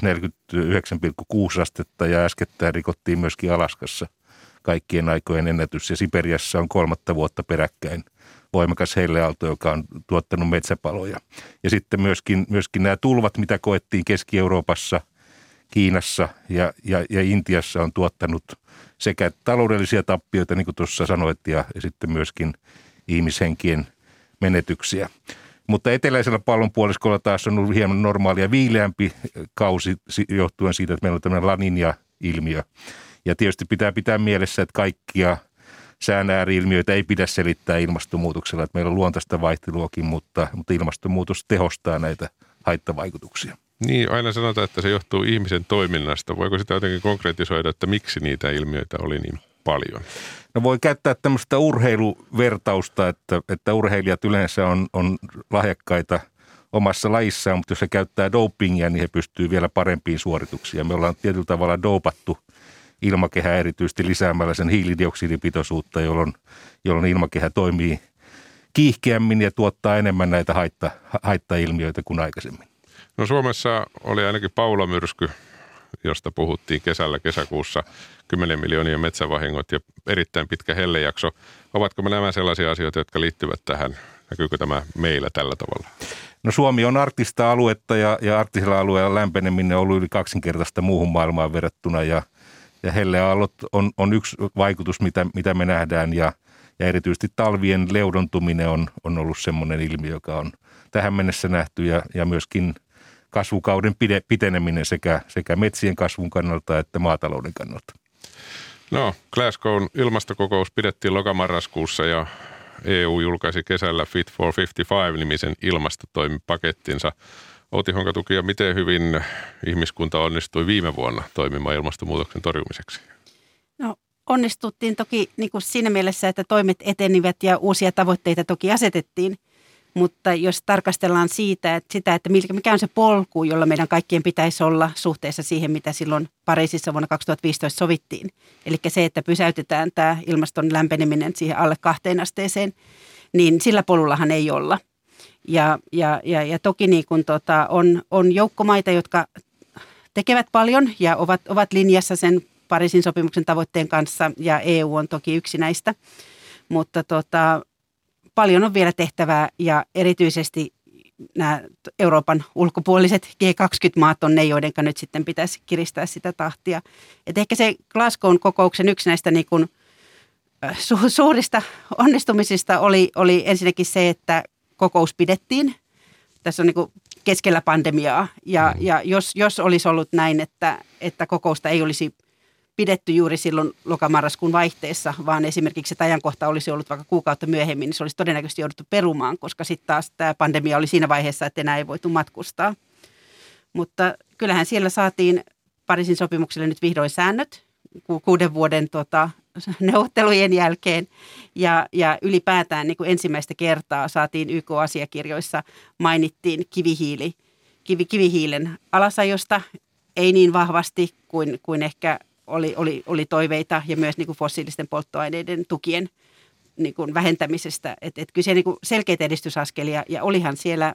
49,6 astetta ja äskettäin rikottiin myöskin Alaskassa kaikkien aikojen ennätys. Ja Siperiassa on 3. vuotta peräkkäin voimakas helleaalto, joka on tuottanut metsäpaloja. Ja sitten myöskin nämä tulvat, mitä koettiin Keski-Euroopassa, Kiinassa ja Intiassa on tuottanut sekä taloudellisia tappioita, niin kuin tuossa sanoit, ja sitten myöskin ihmishenkien menetyksiä. Mutta eteläisellä pallonpuoliskolla taas on ollut hieman normaalia viileämpi kausi johtuen siitä, että meillä on tämmöinen La Niña-ilmiö. Ja tietysti pitää mielessä, että kaikkia sään ääri-ilmiöitä ei pidä selittää ilmastonmuutoksella. Että meillä on luontaista vaihteluakin, mutta ilmastonmuutos tehostaa näitä haittavaikutuksia. Niin, aina sanotaan, että se johtuu ihmisen toiminnasta. Voiko sitä jotenkin konkretisoida, että miksi niitä ilmiöitä oli niin paljon? No, voi käyttää tämmöistä urheiluvertausta, että urheilijat yleensä on lahjakkaita omassa lajissaan, mutta jos he käyttää dopingia, niin he pystyy vielä parempiin suorituksiin. Me ollaan tietyllä tavalla dopattu ilmakehää erityisesti lisäämällä sen hiilidioksidipitoisuutta, jolloin ilmakehä toimii kiihkeämmin ja tuottaa enemmän näitä haittailmiöitä kuin aikaisemmin. No, Suomessa oli ainakin Paula-myrsky, josta puhuttiin kesäkuussa 10 miljoonia metsävahingot ja erittäin pitkä hellejakso. Ovatko nämä sellaisia asioita, jotka liittyvät tähän? Näkyykö tämä meillä tällä tavalla? No, Suomi on arktista aluetta ja arktisella alueella lämpeneminen on ollut yli 2-kertaista muuhun maailmaan verrattuna ja helleaallot on yksi vaikutus, mitä me nähdään ja erityisesti talvien leudontuminen on ollut semmoinen ilmiö, joka on tähän mennessä nähty ja myöskin kasvukauden piteneminen sekä metsien kasvun kannalta että maatalouden kannalta. No, Glasgown ilmastokokous pidettiin lokamarraskuussa ja EU julkaisi kesällä Fit for 55-nimisen ilmastotoimipakettinsa. Outi Honkatukia, miten hyvin ihmiskunta onnistui viime vuonna toimimaan ilmastonmuutoksen torjumiseksi? No, onnistuttiin toki niin kuin siinä mielessä, että toimet etenivät ja uusia tavoitteita toki asetettiin. Mutta jos tarkastellaan sitä, että mikä on se polku, jolla meidän kaikkien pitäisi olla suhteessa siihen, mitä silloin Pariisissa vuonna 2015 sovittiin. Eli se, että pysäytetään tämä ilmaston lämpeneminen siihen alle 2 asteeseen, niin sillä polullahan ei olla. Ja toki niin kun on joukkomaita, jotka tekevät paljon ja ovat linjassa sen Pariisin sopimuksen tavoitteen kanssa, ja EU on toki yksi näistä, mutta paljon on vielä tehtävää, ja erityisesti nämä Euroopan ulkopuoliset G20-maat on ne, joiden nyt sitten pitäisi kiristää sitä tahtia. Et ehkä se Glasgown kokouksen yksi näistä niin kuin suurista onnistumisista oli ensinnäkin se, että kokous pidettiin. Tässä on niin kuin keskellä pandemiaa, ja jos olisi ollut näin, että kokousta ei olisi pidetty juuri silloin lokamarraskuun vaihteessa, vaan esimerkiksi että ajankohta olisi ollut vaikka kuukautta myöhemmin, niin se olisi todennäköisesti jouduttu perumaan, koska sitten taas tämä pandemia oli siinä vaiheessa, että enää ei voitu matkustaa. Mutta kyllähän siellä saatiin Pariisin sopimukselle nyt vihdoin säännöt 6 vuoden neuvottelujen jälkeen, ja ylipäätään niin kuin ensimmäistä kertaa saatiin YK-asiakirjoissa, mainittiin kivihiilen alasajosta, ei niin vahvasti kuin ehkä oli toiveita, ja myös niin kuin fossiilisten polttoaineiden tukien niin kuin vähentämisestä. Että kyllä siellä niin kuin selkeitä edistysaskelia, ja olihan siellä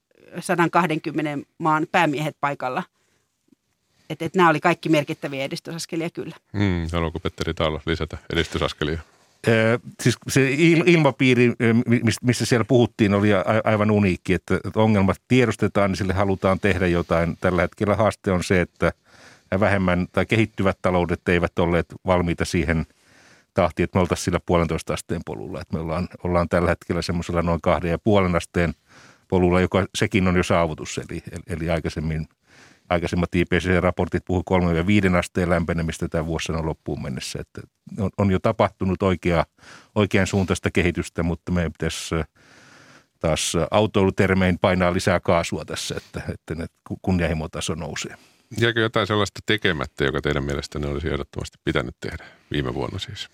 120 maan päämiehet paikalla. Että nämä oli kaikki merkittäviä edistysaskelia kyllä. Haluaako Petteri Taalo lisätä edistysaskelia? Siis se ilmapiiri, missä siellä puhuttiin, oli aivan uniikki, että ongelmat tiedostetaan, niin sille halutaan tehdä jotain. Tällä hetkellä haaste on se, että vähemmän tai kehittyvät taloudet eivät olleet valmiita siihen tahtiin, että me oltaisiin sillä 1,5 asteen polulla. Että me ollaan tällä hetkellä semmoisella noin 2,5 asteen polulla, joka sekin on jo saavutus. Eli aikaisemmat IPCC-raportit puhui 3-5 asteen lämpenemistä tämän vuosisadan loppuun mennessä. Että on jo tapahtunut oikean suuntaista kehitystä, mutta meidän pitäisi taas autoilutermein painaa lisää kaasua tässä, että ne kunnianhimotaso nousee. Jääkö jotain sellaista tekemättä, joka teidän mielestänne olisi ehdottomasti pitänyt tehdä viime vuonna siis?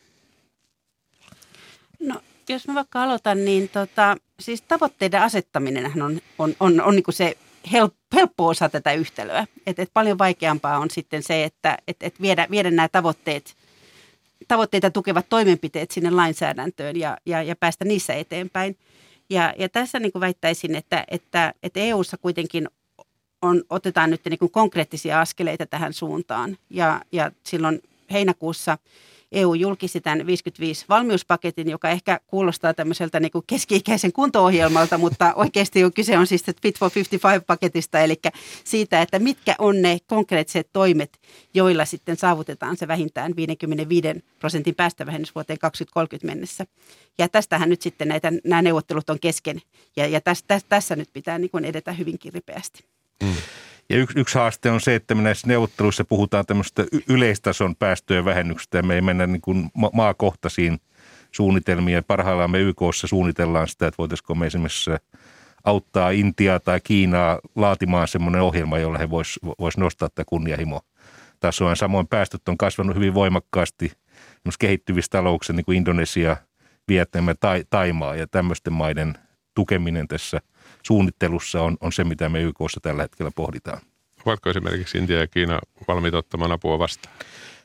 No, jos mä vaikka aloitan, niin siis tavoitteiden asettaminenhan on niin kuin se helppo osa tätä yhtälöä. Et paljon vaikeampaa on sitten se, että viedä nämä tavoitteita tukevat toimenpiteet sinne lainsäädäntöön ja päästä niissä eteenpäin. Ja tässä niin kuin väittäisin, että EU:ssa kuitenkin otetaan nyt niin kuin konkreettisia askeleita tähän suuntaan. Ja silloin heinäkuussa EU julkisti tämän 55 valmiuspaketin, joka ehkä kuulostaa tämmöiseltä niin kuin keski-ikäisen kunto-ohjelmalta, mutta oikeasti kyse on siis Fit for 55-paketista, eli siitä, että mitkä on ne konkreettiset toimet, joilla sitten saavutetaan se vähintään 55% päästövähennys vuoteen 2030 mennessä. Ja tästähän nyt sitten nämä neuvottelut on kesken, ja tässä nyt pitää niin kuin edetä hyvinkin ripeästi. Ja yksi haaste on se, että me näissä neuvotteluissa puhutaan tämmöistä yleistason päästöjen vähennyksestä, ja me ei mennä niin kuin maakohtaisiin suunnitelmiin. Parhaillaan me YK:ssa suunnitellaan sitä, että voitaisiko me esimerkiksi auttaa Intiaa tai Kiinaa laatimaan semmoinen ohjelma, jolla he vois nostaa tätä kunnianhimotasoa. Samoin päästöt on kasvanut hyvin voimakkaasti kehittyvissä talouksissa, niin kuin Indonesia, Vietnam ja Thaimaa, ja tämmöisten maiden tukeminen tässä suunnittelussa on se, mitä me YK:ssa tällä hetkellä pohditaan. Ovatko esimerkiksi Intia ja Kiina valmiita ottamaan apua vastaan?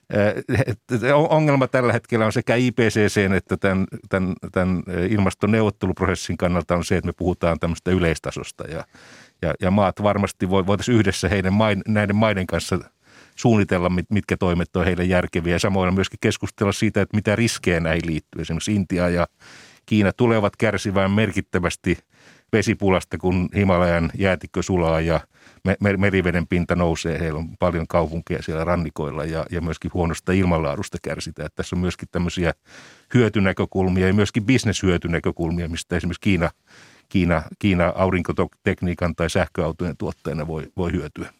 Ongelma tällä hetkellä on sekä IPCC:n että tämän ilmastoneuvotteluprosessin kannalta on se, että me puhutaan tämmöistä yleistasosta. Ja maat varmasti voitaisiin yhdessä näiden maiden kanssa suunnitella, mitkä toimet on heille järkeviä. Ja samoin myöskin keskustella siitä, että mitä riskejä näihin liittyy. Esimerkiksi Intia ja Kiina tulevat kärsivään merkittävästi vesipulasta, kun Himalajan jäätikkö sulaa ja meriveden pinta nousee. Heillä on paljon kaupunkeja siellä rannikoilla ja myöskin huonosta ilmanlaadusta kärsitään. Että tässä on myöskin tämmöisiä hyötynäkökulmia ja myöskin bisneshyötynäkökulmia, mistä esimerkiksi Kiina aurinkotekniikan tai sähköautojen tuottajana voi hyötyä.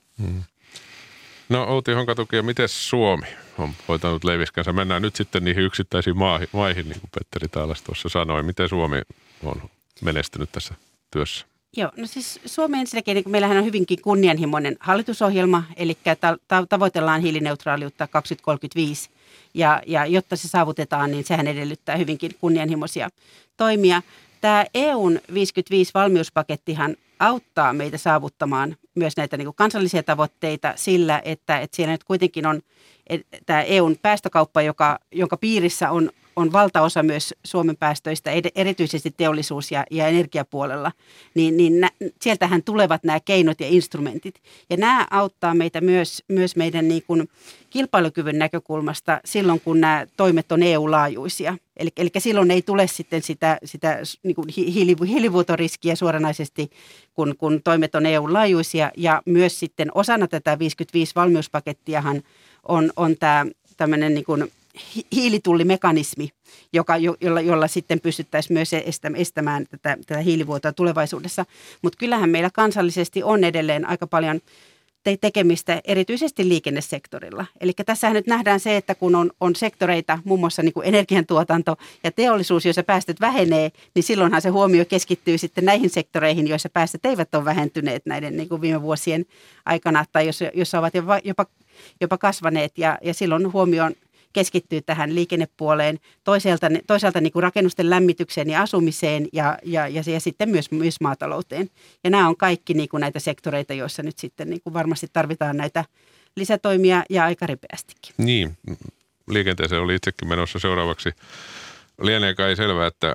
No Outi Honkatukia, miten Suomi on hoitanut leiviskänsä? Mennään nyt sitten niihin yksittäisiin maihin, niin kuin Petteri Taalas tuossa sanoi. Miten Suomi on menestynyt tässä työssä? Joo, no siis Suomi ensinnäkin, niin meillähän on hyvinkin kunnianhimoinen hallitusohjelma, eli tavoitellaan hiilineutraaliutta 2035. Ja jotta se saavutetaan, niin sehän edellyttää hyvinkin kunnianhimoisia toimia. Tämä EUn 55-valmiuspakettihan auttaa meitä saavuttamaan myös näitä niin kuin kansallisia tavoitteita sillä, että siellä nyt kuitenkin on tämä EUn päästökauppa, jonka piirissä on valtaosa myös Suomen päästöistä, erityisesti teollisuus- ja energiapuolella, niin sieltähän tulevat nämä keinot ja instrumentit. Ja nämä auttaa meitä myös meidän niin kuin kilpailukyvyn näkökulmasta silloin, kun nämä toimet on EU-laajuisia. Eli silloin ei tule sitten sitä niin kuin hiilivuotoriskiä suoranaisesti, kun toimet on EU-laajuisia. Ja myös sitten osana tätä 55-valmiuspakettiahan on tämä tämmöinen niin kuin hiilitullimekanismi, jolla sitten pystyttäisiin myös estämään tätä hiilivuotoa tulevaisuudessa. Mutta kyllähän meillä kansallisesti on edelleen aika paljon tekemistä erityisesti liikennesektorilla. Eli tässähän nyt nähdään se, että kun on sektoreita, muun muassa niin kuin energiantuotanto ja teollisuus, joissa päästöt vähenee, niin silloinhan se huomio keskittyy sitten näihin sektoreihin, joissa päästöt eivät ole vähentyneet näiden niin kuin viime vuosien aikana tai jossa ovat jopa kasvaneet ja silloin huomioon keskittyy tähän liikennepuoleen, toisaalta niin kuin rakennusten lämmitykseen ja asumiseen ja sitten myös maatalouteen. Ja nämä on kaikki niin kuin näitä sektoreita, joissa nyt sitten niin kuin varmasti tarvitaan näitä lisätoimia ja aika ripeästikin. Niin, liikenteeseen oli itsekin menossa seuraavaksi. Lienee kai selvää, että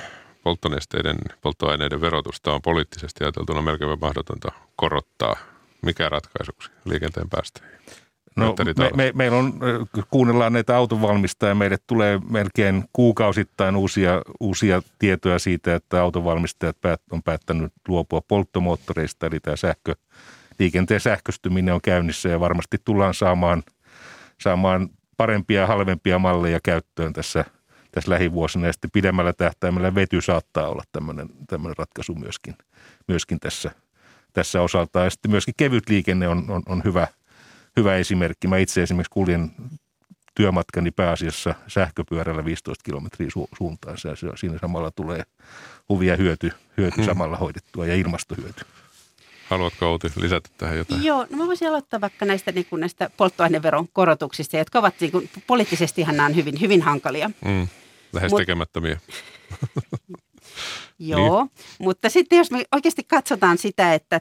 polttoaineiden verotusta on poliittisesti ajateltuna melkein mahdotonta korottaa. Mikä ratkaisuksi liikenteen päästöihin? No, meillä on, kuunnellaan näitä autonvalmistajia, meille tulee melkein kuukausittain uusia tietoja siitä, että autonvalmistajat on päättänyt luopua polttomoottoreista, eli tämä liikenteen sähköstyminen on käynnissä ja varmasti tullaan saamaan parempia ja halvempia malleja käyttöön tässä lähivuosina ja sitten pidemmällä tähtäimellä vety saattaa olla tämmöinen ratkaisu myöskin tässä osaltaan ja sitten myöskin kevyt liikenne on hyvä esimerkki. Mä itse esimerkiksi kuljen työmatkani pääasiassa sähköpyörällä 15 kilometriä suuntaan. Siinä samalla tulee huvi ja hyöty samalla hoidettua ja ilmastohyöty. Haluatko Outi lisätä tähän jotain? Joo, no mä voisin aloittaa vaikka näistä polttoaineveron korotuksista, jotka ovat niin kuin, poliittisestihan nämä on hyvin, hyvin hankalia. Lähes tekemättömiä. Joo, niin. Mutta sitten jos me oikeasti katsotaan sitä, että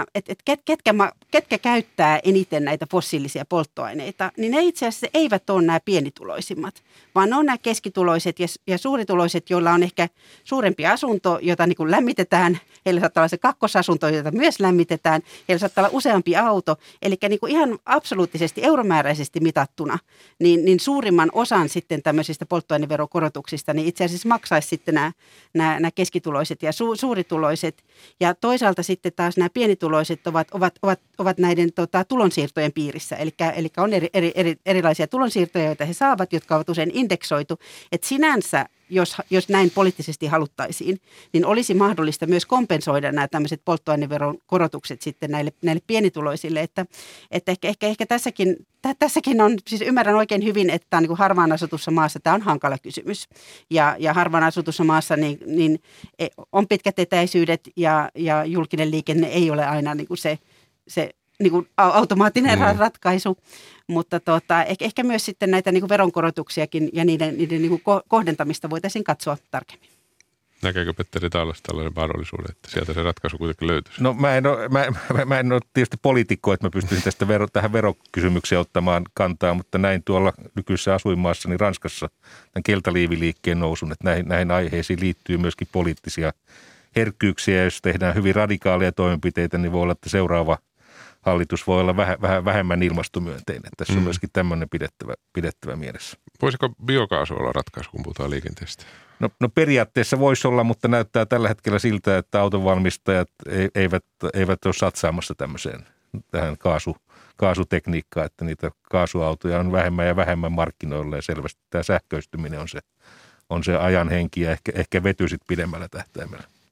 ketkä käyttää eniten näitä fossiilisia polttoaineita, niin ne itse asiassa eivät ole nämä pienituloisimmat, vaan ne on nämä keskituloiset ja suurituloiset, joilla on ehkä suurempi asunto, jota niin kuin lämmitetään. Heillä saattaa olla se kakkosasunto, jota myös lämmitetään. Heillä saattaa olla useampi auto. Eli niin kuin ihan absoluuttisesti euromääräisesti mitattuna, niin suurimman osan sitten tämmöisistä polttoaineverokorotuksista, niin itse asiassa maksaisi sitten nämä keskituloiset ja suurituloiset. Ja toisaalta sitten taas nämä pienituloiset ovat näiden tulonsiirtojen piirissä. Eli on erilaisia tulonsiirtoja, joita he saavat, jotka ovat usein indeksoitu. Että sinänsä, jos näin poliittisesti haluttaisiin, niin olisi mahdollista myös kompensoida nämä tämmöiset polttoaineveron korotukset sitten näille pienituloisille. Että ehkä tässäkin on, siis ymmärrän oikein hyvin, että tämä on niin kuin harvaan asutussa maassa tämä on hankala kysymys. Ja harvaan asutussa maassa niin on pitkät etäisyydet ja julkinen liikenne ei ole aina niin kuin se niin kuin automaattinen ratkaisu, mutta ehkä myös sitten näitä niin kuin veronkorotuksiakin ja niiden niin kuin kohdentamista voitaisiin katsoa tarkemmin. Näkeekö Petteri Taalas tällainen mahdollisuuden, että sieltä se ratkaisu kuitenkin löytyisi? No mä en ole tietysti poliitikko, että mä pystyisin tähän verokysymykseen ottamaan kantaa, mutta näin tuolla nykyisessä asuinmaassani Ranskassa tämän keltaliiviliikkeen nousun, että näihin aiheisiin liittyy myöskin poliittisia herkkyyksiä. Jos tehdään hyvin radikaaleja toimenpiteitä, niin voi olla, että seuraava hallitus voi olla vähän vähemmän ilmastomyönteinen. Tässä on myöskin tämmöinen pidettävä mielessä. Voisiko biokaasu olla ratkaisu, kun puhutaan liikenteestä? No periaatteessa voisi olla, mutta näyttää tällä hetkellä siltä, että autonvalmistajat eivät ole satsaamassa tähän kaasutekniikkaan, että niitä kaasuautoja on vähemmän ja vähemmän markkinoilla ja selvästi tämä sähköistyminen on se ajan henki ja ehkä vety sitten pidemmällä tähtäimellä.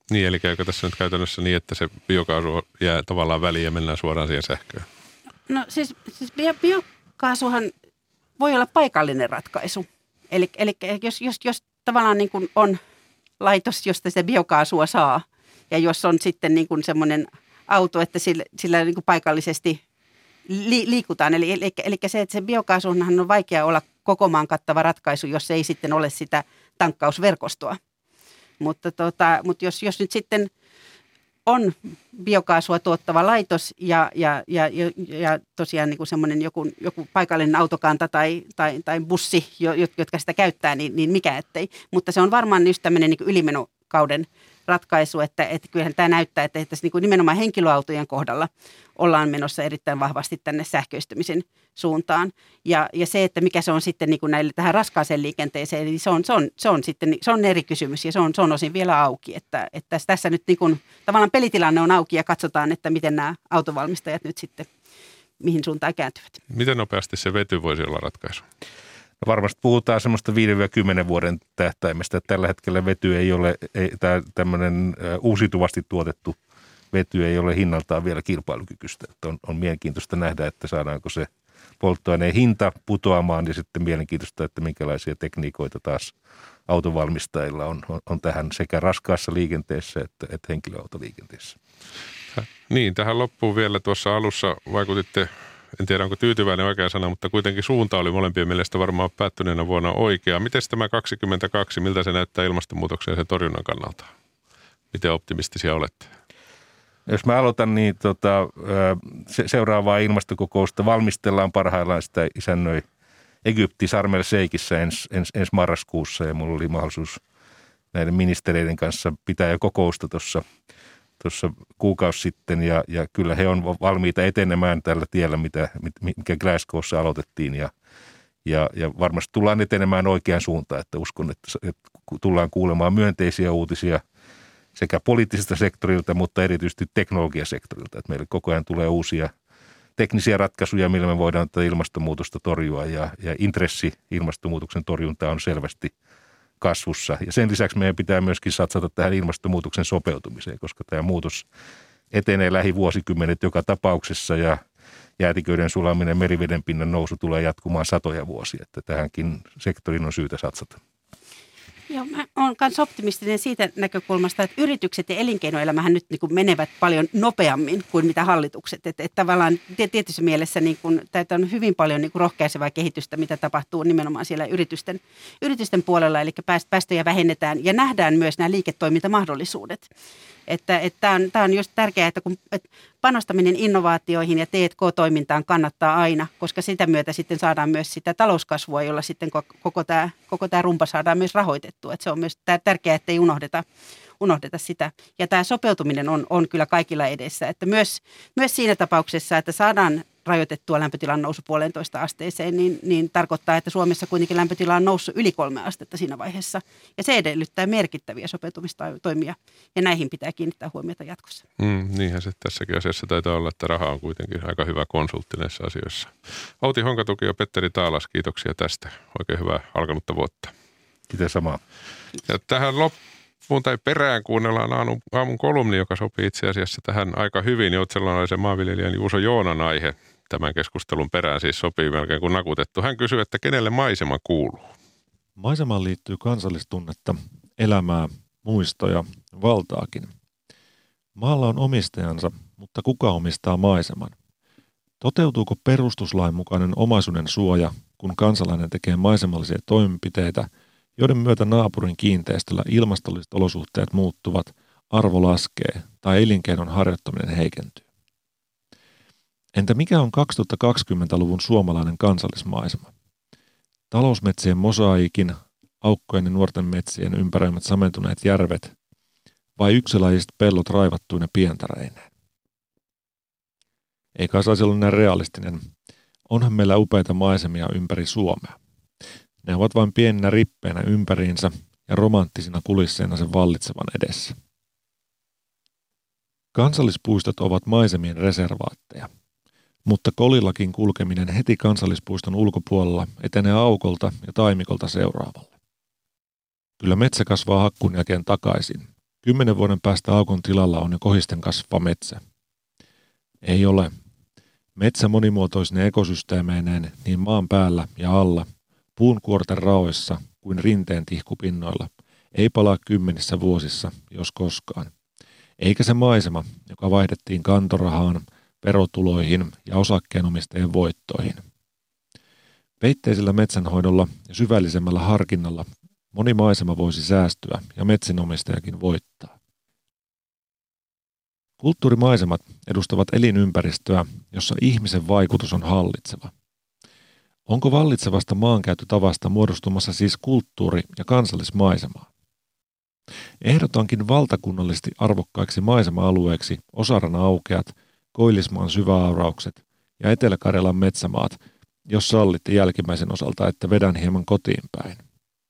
Niin, eli käykö tässä nyt käytännössä niin, että se biokaasu jää tavallaan väliin ja mennään suoraan siihen sähköön? No siis biokaasuhan voi olla paikallinen ratkaisu. Eli jos tavallaan niin kuin on laitos, josta sitä biokaasua saa, ja jos on sitten niin kuin semmoinen auto, että sillä niin kuin paikallisesti liikutaan. Eli se, että se biokaasuhan on vaikea olla koko maan kattava ratkaisu, jos ei sitten ole sitä tankkausverkostoa. Mutta jos nyt sitten on biokaasua tuottava laitos ja tosiaan niin kuin semmoinen joku paikallinen autokanta tai bussi, jotka sitä käyttää, niin mikä ettei. Mutta se on varmaan just tämmöinen niin kuin ylimenokauden ratkaisu, että kyllähän tämä näyttää, että tässä niin kuin nimenomaan henkilöautojen kohdalla ollaan menossa erittäin vahvasti tänne sähköistymisen suuntaan. Ja se, että mikä se on sitten niin kuin näille tähän raskaaseen liikenteeseen, niin se on eri kysymys ja se on osin vielä auki. Että tässä nyt niin kuin, tavallaan pelitilanne on auki ja katsotaan, että miten nämä autovalmistajat nyt sitten, mihin suuntaan kääntyvät. Miten nopeasti se vety voisi olla ratkaisu? No varmasti puhutaan semmoista 5-10 vuoden tähtäimestä. Tällä hetkellä vety ei ole, tämmöinen uusiutuvasti tuotettu vety ei ole hinnaltaan vielä kilpailukykyistä. Että on mielenkiintoista nähdä, että saadaanko se polttoaineen hinta putoamaan ja sitten mielenkiintoista, että minkälaisia tekniikoita taas autovalmistajilla on tähän sekä raskaassa liikenteessä että henkilöautoliikenteessä. Niin, tähän loppuun vielä tuossa alussa vaikutitte, en tiedä onko tyytyväinen oikea sana, mutta kuitenkin suunta oli molempien mielestä varmaan päättyneenä vuonna oikea. Miten tämä 22, miltä se näyttää ilmastonmuutoksen ja sen torjunnan kannalta? Miten optimistisia olette? Jos mä aloitan, niin seuraavaa ilmastokokousta valmistellaan parhaillaan, sitä isännöi Egypti Sharm el Sheikhissä ensi marraskuussa ja mulla oli mahdollisuus näiden ministereiden kanssa pitää jo kokousta tuossa kuukausi sitten ja kyllä he on valmiita etenemään tällä tiellä, mikä Glasgowssa aloitettiin ja varmasti tullaan etenemään oikeaan suuntaan, että uskon, että tullaan kuulemaan myönteisiä uutisia sekä poliittisesta sektorilta, mutta erityisesti teknologiasektorilta, että meille koko ajan tulee uusia teknisiä ratkaisuja, millä me voidaan tätä ilmastonmuutosta torjua ja intressi ilmastonmuutoksen torjuntaan on selvästi kasvussa. Ja sen lisäksi meidän pitää myöskin satsata tähän ilmastonmuutoksen sopeutumiseen, koska tämä muutos etenee lähivuosikymmenet joka tapauksessa ja jäätiköiden sulaminen, merivedenpinnan nousu tulee jatkumaan satoja vuosia, että tähänkin sektorin on syytä satsata. Joo, mä olen myös optimistinen siitä näkökulmasta, että yritykset ja elinkeinoelämähän nyt niin kuin menevät paljon nopeammin kuin mitä hallitukset. Että tavallaan tietyssä mielessä niin kuin, tämä on hyvin paljon niin kuin rohkaisevaa kehitystä, mitä tapahtuu nimenomaan siellä yritysten puolella. Eli päästöjä vähennetään ja nähdään myös nämä liiketoimintamahdollisuudet. Tämä on just tärkeää, että kun panostaminen innovaatioihin ja T&K-toimintaan kannattaa aina, koska sitä myötä sitten saadaan myös sitä talouskasvua, jolla sitten koko tämä rumpa saadaan myös rahoitettua. Että se on myös tärkeää, että ei unohdeta sitä. Ja tämä sopeutuminen on kyllä kaikilla edessä. Että myös siinä tapauksessa, että saadaan rajoitettua lämpötilan nousu 1,5 asteeseen, niin tarkoittaa, että Suomessa kuitenkin lämpötila on noussut yli 3 astetta siinä vaiheessa. Ja se edellyttää merkittäviä sopeutumistoimia, ja näihin pitää kiinnittää huomiota jatkossa. Niinhän se tässäkin asiassa taitaa olla, että raha on kuitenkin aika hyvä konsultti näissä asioissa. Outi Honkatuki ja Petteri Taalas, kiitoksia tästä. Oikein hyvää alkanutta vuotta. Kiitos samaa. Ja tähän loppuun tai perään kuunnellaan aamun kolumni, joka sopii itse asiassa tähän aika hyvin. Joutsenlaisen maanviljelijän Juuso Joonan aihe tämän keskustelun perään siis sopii melkein kuin nakutettu. Hän kysyy, että kenelle maisema kuuluu? Maisemaan liittyy kansallistunnetta, elämää, muistoja, valtaakin. Maalla on omistajansa, mutta kuka omistaa maiseman? Toteutuuko perustuslain mukainen omaisuuden suoja, kun kansalainen tekee maisemallisia toimenpiteitä, joiden myötä naapurin kiinteistöllä ilmastolliset olosuhteet muuttuvat, arvo laskee tai elinkeinon harjoittaminen heikentyy? Entä mikä on 2020-luvun suomalainen kansallismaisema? Talousmetsien mosaiikin, aukkojen ja nuorten metsien ympäröimät samentuneet järvet vai yksilajiset pellot raivattuina pientareineen? Eikä saisi olla näin realistinen. Onhan meillä upeita maisemia ympäri Suomea. Ne ovat vain pieninä rippeinä ympäriinsä ja romanttisina kulisseina sen vallitsevan edessä. Kansallispuistot ovat maisemien reservaatteja. Mutta kolillakin kulkeminen heti kansallispuiston ulkopuolella etenee aukolta ja taimikolta seuraavalle. Kyllä metsä kasvaa hakkuun jälkeen takaisin, 10 vuoden päästä aukon tilalla on jo kohisten kasvava metsä. Ei ole. Metsä monimuotoisine ekosysteemeineen niin maan päällä ja alla, puun kuorten raoissa kuin rinteen tihkupinnoilla, ei palaa 10 vuosissa, jos koskaan. Eikä se maisema, joka vaihdettiin kantorahaan, verotuloihin ja osakkeenomistajien voittoihin. Peitteisellä metsänhoidolla ja syvällisemmällä harkinnalla moni maisema voisi säästyä ja metsänomistajakin voittaa. Kulttuurimaisemat edustavat elinympäristöä, jossa ihmisen vaikutus on hallitseva. Onko vallitsevasta maankäyttötavasta muodostumassa siis kulttuuri- ja kansallismaisemaa? Ehdotankin valtakunnallisesti arvokkaiksi maisema-alueeksi Osaran aukeat, Koillismaan syväauraukset ja Etelä-Karjalan metsämaat, jos sallitte jälkimmäisen osalta, että vedän hieman kotiin päin.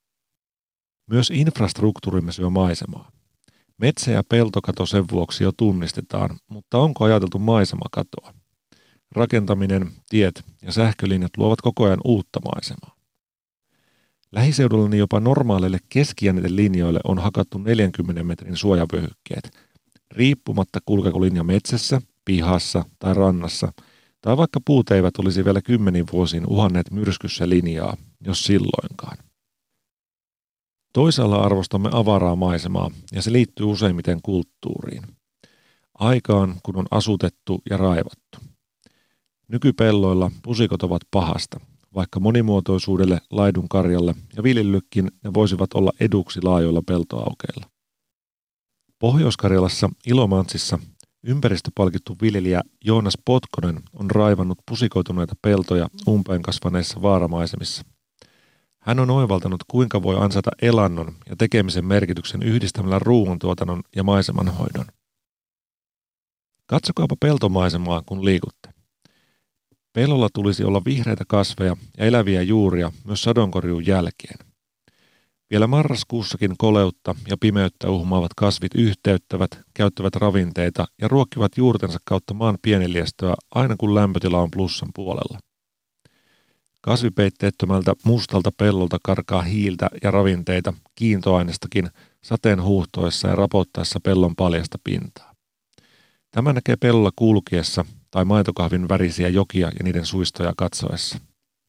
Myös infrastruktuurimme syö maisemaa. Metsä- ja peltokato sen vuoksi jo tunnistetaan, mutta onko ajateltu maisemakatoa? Rakentaminen, tiet ja sähkölinjat luovat koko ajan uutta maisemaa. Lähiseudullani jopa normaaleille keskijännitelinjoille on hakattu 40 metrin suojavyöhykkeet, riippumatta kulkeeko linja metsässä, pihassa tai rannassa, tai vaikka puut eivät olisi vielä 10 vuosiin uhanneet myrskyssä linjaa, jos silloinkaan. Toisaalla arvostamme avaraa maisemaa, ja se liittyy useimmiten kulttuuriin. Aikaan, kun on asutettu ja raivattu. Nykypelloilla pusikot ovat pahasta, vaikka monimuotoisuudelle, laidunkarjalle ja viljelyllekin ne voisivat olla eduksi laajoilla peltoaukeilla. Pohjois-Karjalassa Ilomantsissa ympäristöpalkittu viljelijä Joonas Potkonen on raivannut pusikoituneita peltoja umpeen kasvaneissa vaaramaisemissa. Hän on oivaltanut, kuinka voi ansata elannon ja tekemisen merkityksen yhdistämällä ruoantuotannon ja maisemanhoidon. Katsokaapa peltomaisemaa, kun liikutte. Pellolla tulisi olla vihreitä kasveja ja eläviä juuria myös sadonkorjuun jälkeen. Vielä marraskuussakin koleutta ja pimeyttä uhmaavat kasvit yhteyttävät, käyttävät ravinteita ja ruokkivat juurtensa kautta maan pieneliestöä aina kun lämpötila on plussan puolella. Kasvipeitteettömältä mustalta pellolta karkaa hiiltä ja ravinteita kiintoainestakin sateen huuhtoessa ja rapottaessa pellon paljasta pintaa. Tämä näkee pellolla kulkiessa tai maitokahvin värisiä jokia ja niiden suistoja katsoessa.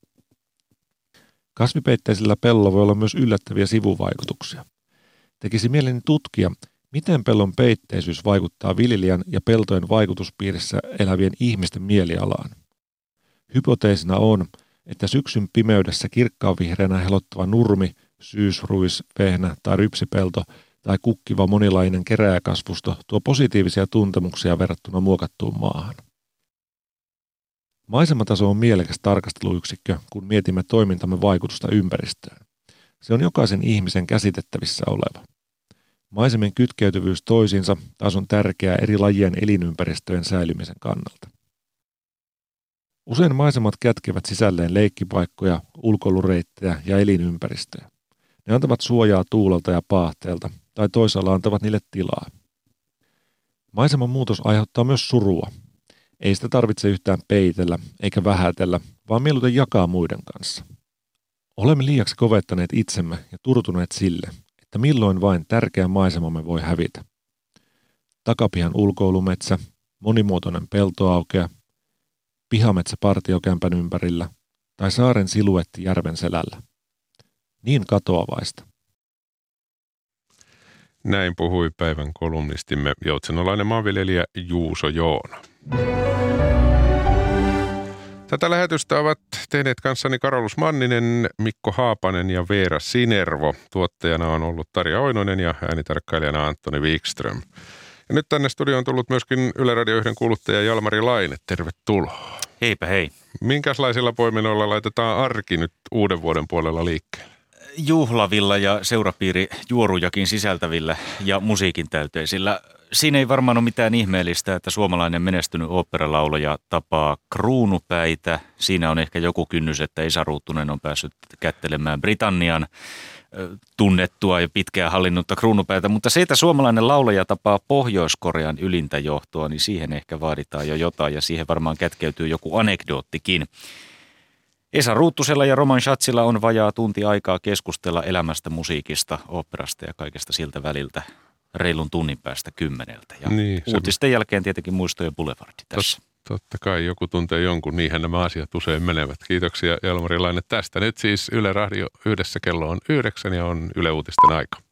Kasvipeitteisellä pellolla voi olla myös yllättäviä sivuvaikutuksia. Tekisi mieleni tutkia, miten pellon peitteisyys vaikuttaa viljelijän ja peltojen vaikutuspiirissä elävien ihmisten mielialaan. Hypoteesina on, että syksyn pimeydessä kirkkaanvihreänä helottava nurmi, syysruis, vehnä tai rypsipelto tai kukkiva monilainen kerääjäkasvusto tuo positiivisia tuntemuksia verrattuna muokattuun maahan. Maisemataso on mielekäs tarkasteluyksikkö, kun mietimme toimintamme vaikutusta ympäristöön. Se on jokaisen ihmisen käsitettävissä oleva. Maisemien kytkeytyvyys toisiinsa taas on tärkeää eri lajien elinympäristöjen säilymisen kannalta. Usein maisemat kätkevät sisälleen leikkipaikkoja, ulkoilureittejä ja elinympäristöjä. Ne antavat suojaa tuulelta ja paahteelta, tai toisaalla antavat niille tilaa. Maiseman muutos aiheuttaa myös surua. Ei sitä tarvitse yhtään peitellä eikä vähätellä, vaan mieluiten jakaa muiden kanssa. Olemme liiaksi kovettaneet itsemme ja turtuneet sille, että milloin vain tärkeä maisemamme voi hävitä. Takapihan ulkoilumetsä, monimuotoinen peltoaukea, pihametsä partiokämpän ympärillä tai saaren siluetti järven selällä. Niin katoavaista. Näin puhui päivän kolumnistimme joutsenolainen maanviljelijä Juuso Joona. Tätä lähetystä ovat tehneet kanssani Karolus Manninen, Mikko Haapanen ja Veera Sinervo. Tuottajana on ollut Tarja Oinonen ja äänitarkkailijana Antoni Wikström. Ja nyt tänne studioon on tullut myöskin Yle Radio 1 kuuluttaja Jalmari Laine. Tervetuloa. Heipä hei. Minkälaisilla poiminnoilla laitetaan arki nyt uuden vuoden puolella liikkeelle? Juhlavilla ja seurapiirijuorujakin sisältävillä ja musiikin täyteisillä. Siinä ei varmaan ole mitään ihmeellistä, että suomalainen menestynyt oopperalaulaja tapaa kruunupäitä. Siinä on ehkä joku kynnys, että Esa Ruuttunen on päässyt kättelemään Britannian tunnettua ja pitkään hallinnutta kruunupäitä. Mutta se, että suomalainen laulaja tapaa Pohjois-Korean ylintä johtoa, niin siihen ehkä vaaditaan jo jotain ja siihen varmaan kätkeytyy joku anekdoottikin. Esa Ruuttusella ja Roman Schatzilla on vajaa tunti aikaa keskustella elämästä, musiikista, oopperasta ja kaikesta siltä väliltä. reilun tunnin päästä 10. Ja Niin, uutisten jälkeen tietenkin Muistojen Boulevardi tässä. Totta kai joku tuntee jonkun, niinhän nämä asiat usein menevät. Kiitoksia Jalmari Laine tästä. Nyt siis Yle Radio yhdessä kello on 9 ja on Yle Uutisten aika.